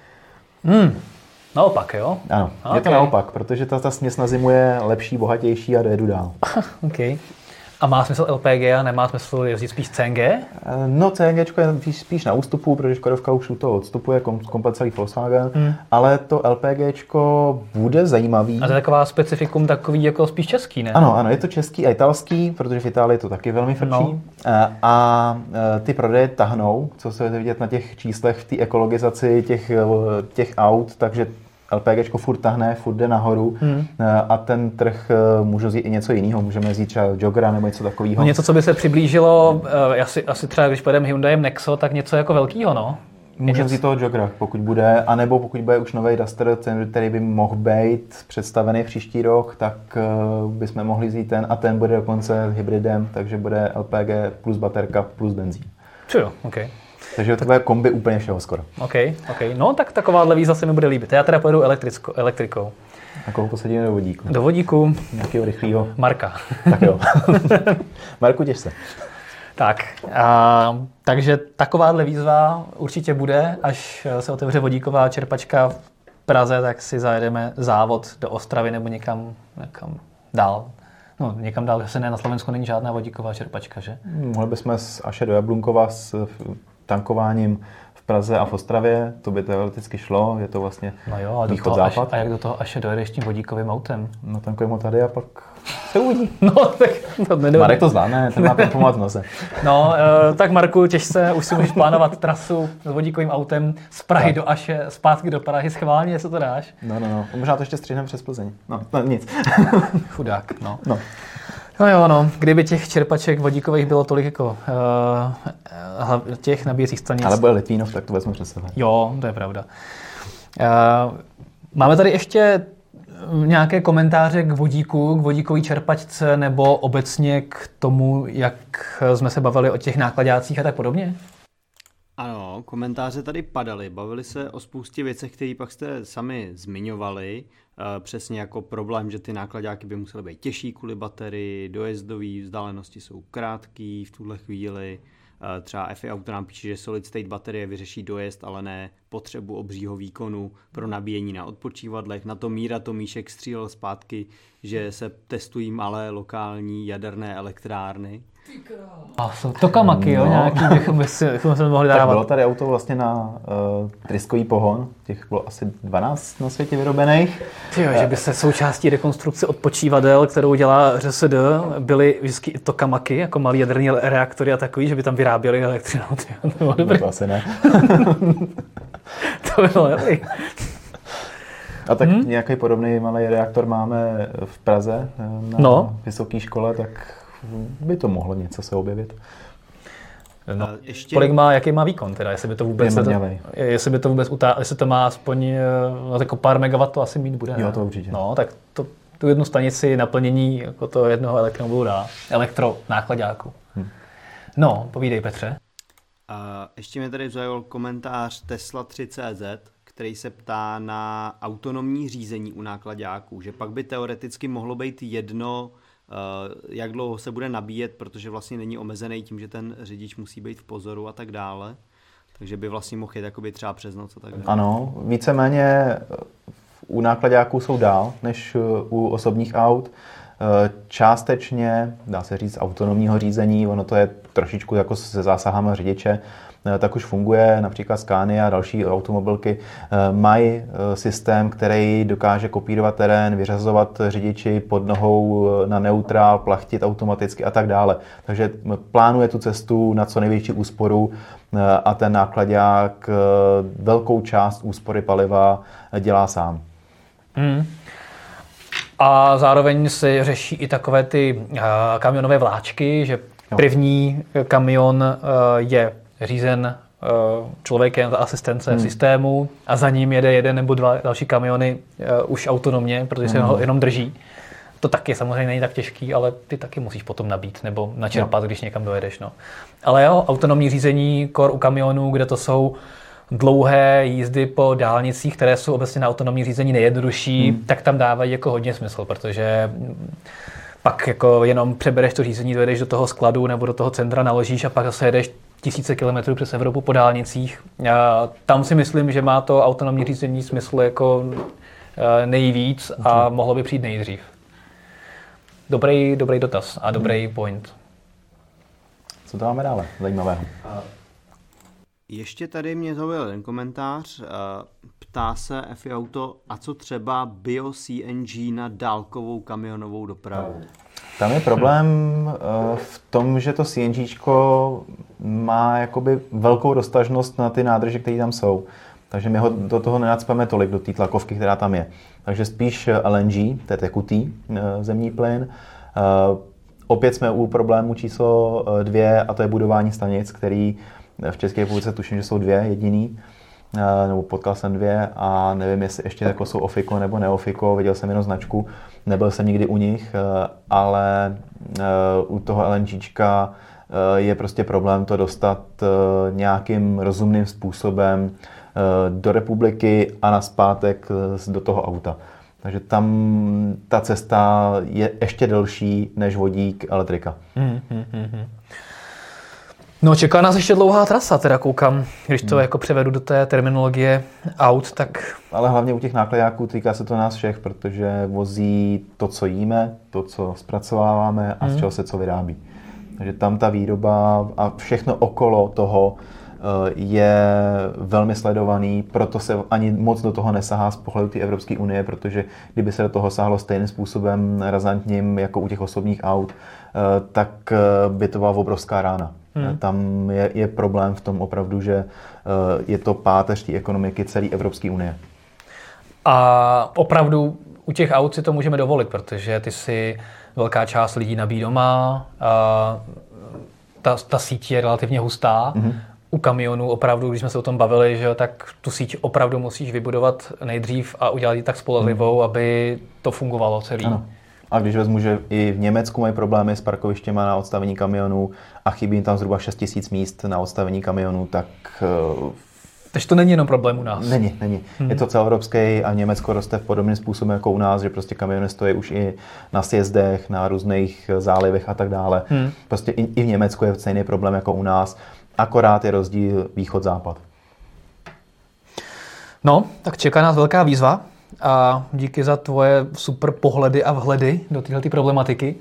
Naopak, jo? Ano, okay. Je to naopak, protože ta směs na zimu je lepší, bohatější a dojedu dál. Okay. A má smysl LPG a nemá smysl jezdit spíš CNG? No CNGčko je spíš na ústupu, protože Škodovka už u toho odstupuje, komplet celý Volkswagen, ale to LPGčko bude zajímavý. A to je taková specifikum takový jako spíš český, ne? Ano, je to český a italský, protože v Itálii to taky velmi frčí. No. A ty prodeje tahnou, co se vidět na těch číslech v té ekologizaci těch aut, takže LPGčko furt tahne, furt jde nahoru a ten trh může vzít i něco jiného. Můžeme vzít třeba Joggera nebo něco takového. No něco, co by se přiblížilo, asi třeba když pojedeme Hyundaiem Nexo, tak něco jako velkýho, no? Můžeme vzít toho Joggera, pokud bude, anebo pokud bude už nový Duster, který by mohl být představený příští rok, tak bychom mohli vzít ten a ten bude dokonce hybridem, takže bude LPG plus baterka plus benzín. Jo, okay. Takže takové kombi úplně všeho skoro. OK. No tak takováhle výzva se mi bude líbit. Já teda pojedu elektrikou. A koho posadíme do vodíku? Do vodíku. Nějakého rychlého? Marka. Tak jo. Marku, těš se. Tak, takže takováhle výzva určitě bude, až se otevře vodíková čerpačka v Praze, tak si zajedeme závod do Ostravy nebo někam dál. No, někam dál, že ne, na Slovensku není žádná vodíková čerpačka, že? Mohli bychom až do Jablunkova s tankováním v Praze a v Ostravě, to by teoreticky šlo, je to vlastně východ-západ. A jak do toho až dojedeš tím vodíkovým autem? Natankujeme ho tady a pak Se uvidí. No, tak to nedovedu. Marek to zvládne, ten má pomoc v nose. No, tak Marku, těžce, už si můžeš plánovat trasu s vodíkovým autem z Prahy do Aše, zpátky do Prahy, schválně, jestli to dáš. No. Možná to ještě střihneme přes Plzeň. No, nic. Chudák, no. No, kdyby těch čerpaček vodíkových bylo tolik jako těch nabíjecích stanic. Ale bude Litvínov, tak to vezmu přes sebe. Jo, to je pravda. Máme tady ještě nějaké komentáře k vodíku, k vodíkové čerpačce nebo obecně k tomu, jak jsme se bavili o těch nákladácích a tak podobně? Ano, komentáře tady padaly. Bavili se o spoustě věcech, které pak jste sami zmiňovali. Přesně jako problém, že ty nákladáky by musely být těžší kvůli baterii, dojezdové vzdálenosti jsou krátké v tuhle chvíli. Třeba FI Auto nám píše, že solid state baterie vyřeší dojezd, ale ne potřebu obřího výkonu pro nabíjení na odpočívadlech. Na to Míra Tomíšek střílel zpátky, že se testují malé lokální jaderné elektrárny. A jsou tokamaky, jo, nějaký, bychom se mohli dávat. Tak bylo tady auto vlastně na tryskový pohon, těch bylo asi 12 na světě vyrobených. Jo, že by se součástí rekonstrukce odpočívadel, kterou dělá ŘSD, byly vždycky i tokamaky, jako malý jaderní reaktory a takový, že by tam vyráběli elektřinu. No, to asi ne. To by bylo dobrý. A tak nějaký podobný malý reaktor máme v Praze na vysoké škole, tak by to mohlo něco se objevit. No, jaký má výkon teda, jestli by to vůbec jestli to má aspoň jako pár megawatt, to asi mít bude. Jo, to určitě. No, tak tu jednu stanici naplnění jako to jednoho elektromobilu dá, elektronákladáku. No, povídej, Petře. Ještě mi tady zaujal komentář Tesla 3CZ, který se ptá na autonomní řízení u nákladáků, že pak by teoreticky mohlo být jedno, jak dlouho se bude nabíjet, protože vlastně není omezený tím, že ten řidič musí být v pozoru a tak dále. Takže by vlastně mohl jít jakoby třeba přes noc a tak dále. Ano, víceméně u nákladáků jsou dál než u osobních aut. Částečně, dá se říct, autonomního řízení, ono to je trošičku jako se zásahama řidiče, tak už funguje, například Scania a další automobilky mají systém, který dokáže kopírovat terén, vyřazovat řidiči pod nohou na neutrál, plachtit automaticky a tak dále. Takže plánuje tu cestu na co největší úsporu a ten nákladák velkou část úspory paliva dělá sám. A zároveň se řeší i takové ty kamionové vláčky, že první kamion je řízen člověkem za asistence systému a za ním jede jeden nebo dva další kamiony už autonomně, protože se ho jenom drží. To taky samozřejmě není tak těžký, ale ty taky musíš potom nabít nebo načerpat, když někam dojedeš. No. Ale jo, autonomní řízení kor u kamionů, kde to jsou dlouhé jízdy po dálnicích, které jsou obecně na autonomní řízení nejjednodušší, tak tam dávají jako hodně smysl, protože pak jako jenom přebereš to řízení, dojedeš do toho skladu nebo do toho centra, naložíš a pak zase jedeš tisíce kilometrů přes Evropu po dálnicích. A tam si myslím, že má to autonomní řízení smysl jako nejvíc a mohlo by přijít nejdřív. Dobrý dotaz a dobrý point. Co to máme dále zajímavého? Ještě tady mě zaujal jeden komentář. Ptá se FI Auto, a co třeba bio-CNG na dálkovou kamionovou dopravu? Tam je problém v tom, že to CNGčko má jakoby velkou roztažnost na ty nádrže, které tam jsou. Takže my ho do toho nenacpeme tolik, do té tlakovky, která tam je. Takže spíš LNG, to je tekutý zemní plyn. Opět jsme u problému číslo 2 a to je budování stanic, který v České republice tuším, že jsou 2 jediný, nebo potkal jsem 2 a nevím, jestli ještě jako jsou Ofiko nebo Neofiko, viděl jsem jenom značku, nebyl jsem nikdy u nich, ale u toho LNGčka je prostě problém to dostat nějakým rozumným způsobem do republiky a nazpátek do toho auta. Takže tam ta cesta je ještě delší než vodík, elektrika. No, čeká nás ještě dlouhá trasa, teda koukám, když to jako převedu do té terminologie aut, tak... Ale hlavně u těch nákladáků týká se to nás všech, protože vozí to, co jíme, to, co zpracováváme a z čeho se co vyrábí. Takže tam ta výroba a všechno okolo toho je velmi sledovaný, proto se ani moc do toho nesahá z pohledu té Evropské unie, protože kdyby se do toho sáhlo stejným způsobem razantním jako u těch osobních aut, tak by to byla obrovská rána. Tam je problém v tom opravdu, že je to páteř té ekonomiky celé Evropské unie. A opravdu u těch aut si to můžeme dovolit, protože ty si velká část lidí nabíjí doma, ta síť je relativně hustá. U kamionů opravdu, když jsme se o tom bavili, že tak tu síť opravdu musíš vybudovat nejdřív a udělat ji tak spolehlivou, aby to fungovalo celý. Ano. A když vezmu, že i v Německu mají problémy s parkovištěma na odstavení kamionů a chybí jim tam zhruba 6 000 míst na odstavení kamionů, tak... Takže to není jenom problém u nás. Není. Je to celoevropský a Německo roste v podobným způsobem jako u nás, že prostě kamiony stojí už i na sjezdech, na různých zálivech a tak dále. Prostě i v Německu je stejný problém jako u nás, akorát je rozdíl východ-západ. No, tak čeká nás velká výzva a díky za tvoje super pohledy a vhledy do této problematiky.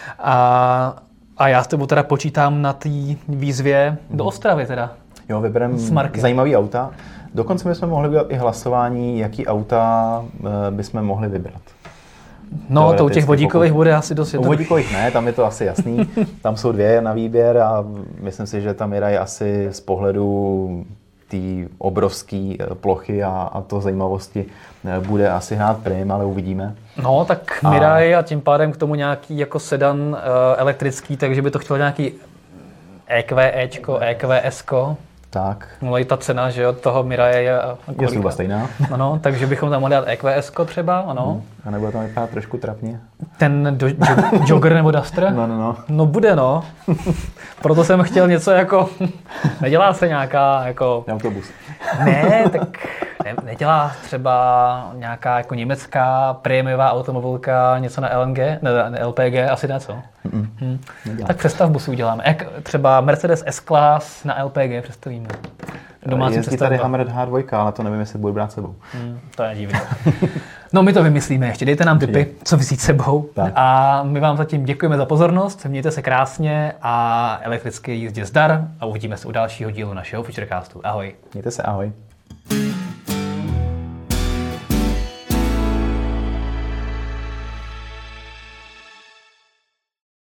A já s tebou teda počítám na té výzvě do Ostravy teda. Jo, vybereme zajímavý auta. Dokonce bychom mohli udělat i hlasování, jaký auta bychom mohli vybrat. No, to u těch vodíkových bude asi dost jednoduché. U vodíkových ne, tam je to asi jasný. Tam jsou 2 na výběr a myslím si, že tam Mirai asi z pohledu té obrovské plochy a to zajímavosti bude asi hrát prim, ale uvidíme. No, tak Mirai a tím pádem k tomu nějaký jako sedan elektrický, takže by to chtělo nějaký EQEčko, EQSko. Tak. No i ta cena, že od toho Mirai je zhruba stejná. Ano, takže bychom tam mohli dát EQSko třeba, ano. A nebude tam vypadat trošku trapně? Ten Jogger nebo Duster? No. No bude, no. Proto jsem chtěl něco jako... Nedělá se nějaká jako... Autobus. Ne, tak nedělá třeba nějaká jako německá prémiová automobilka něco na LNG, ne LPG, asi ne, co? Tak přestavbu si uděláme. Jak třeba Mercedes S-Class na LPG přestavíme. Jezdí tady Hammered H2, ale to nevím, jestli bude brát sebou. To je divné. No my to vymyslíme ještě, dejte nám tipy, co vzít sebou. Tak. A my vám zatím děkujeme za pozornost, mějte se krásně a elektrické jízdě zdar a uvidíme se u dalšího dílu našeho Futurecastu. Ahoj. Mějte se, ahoj.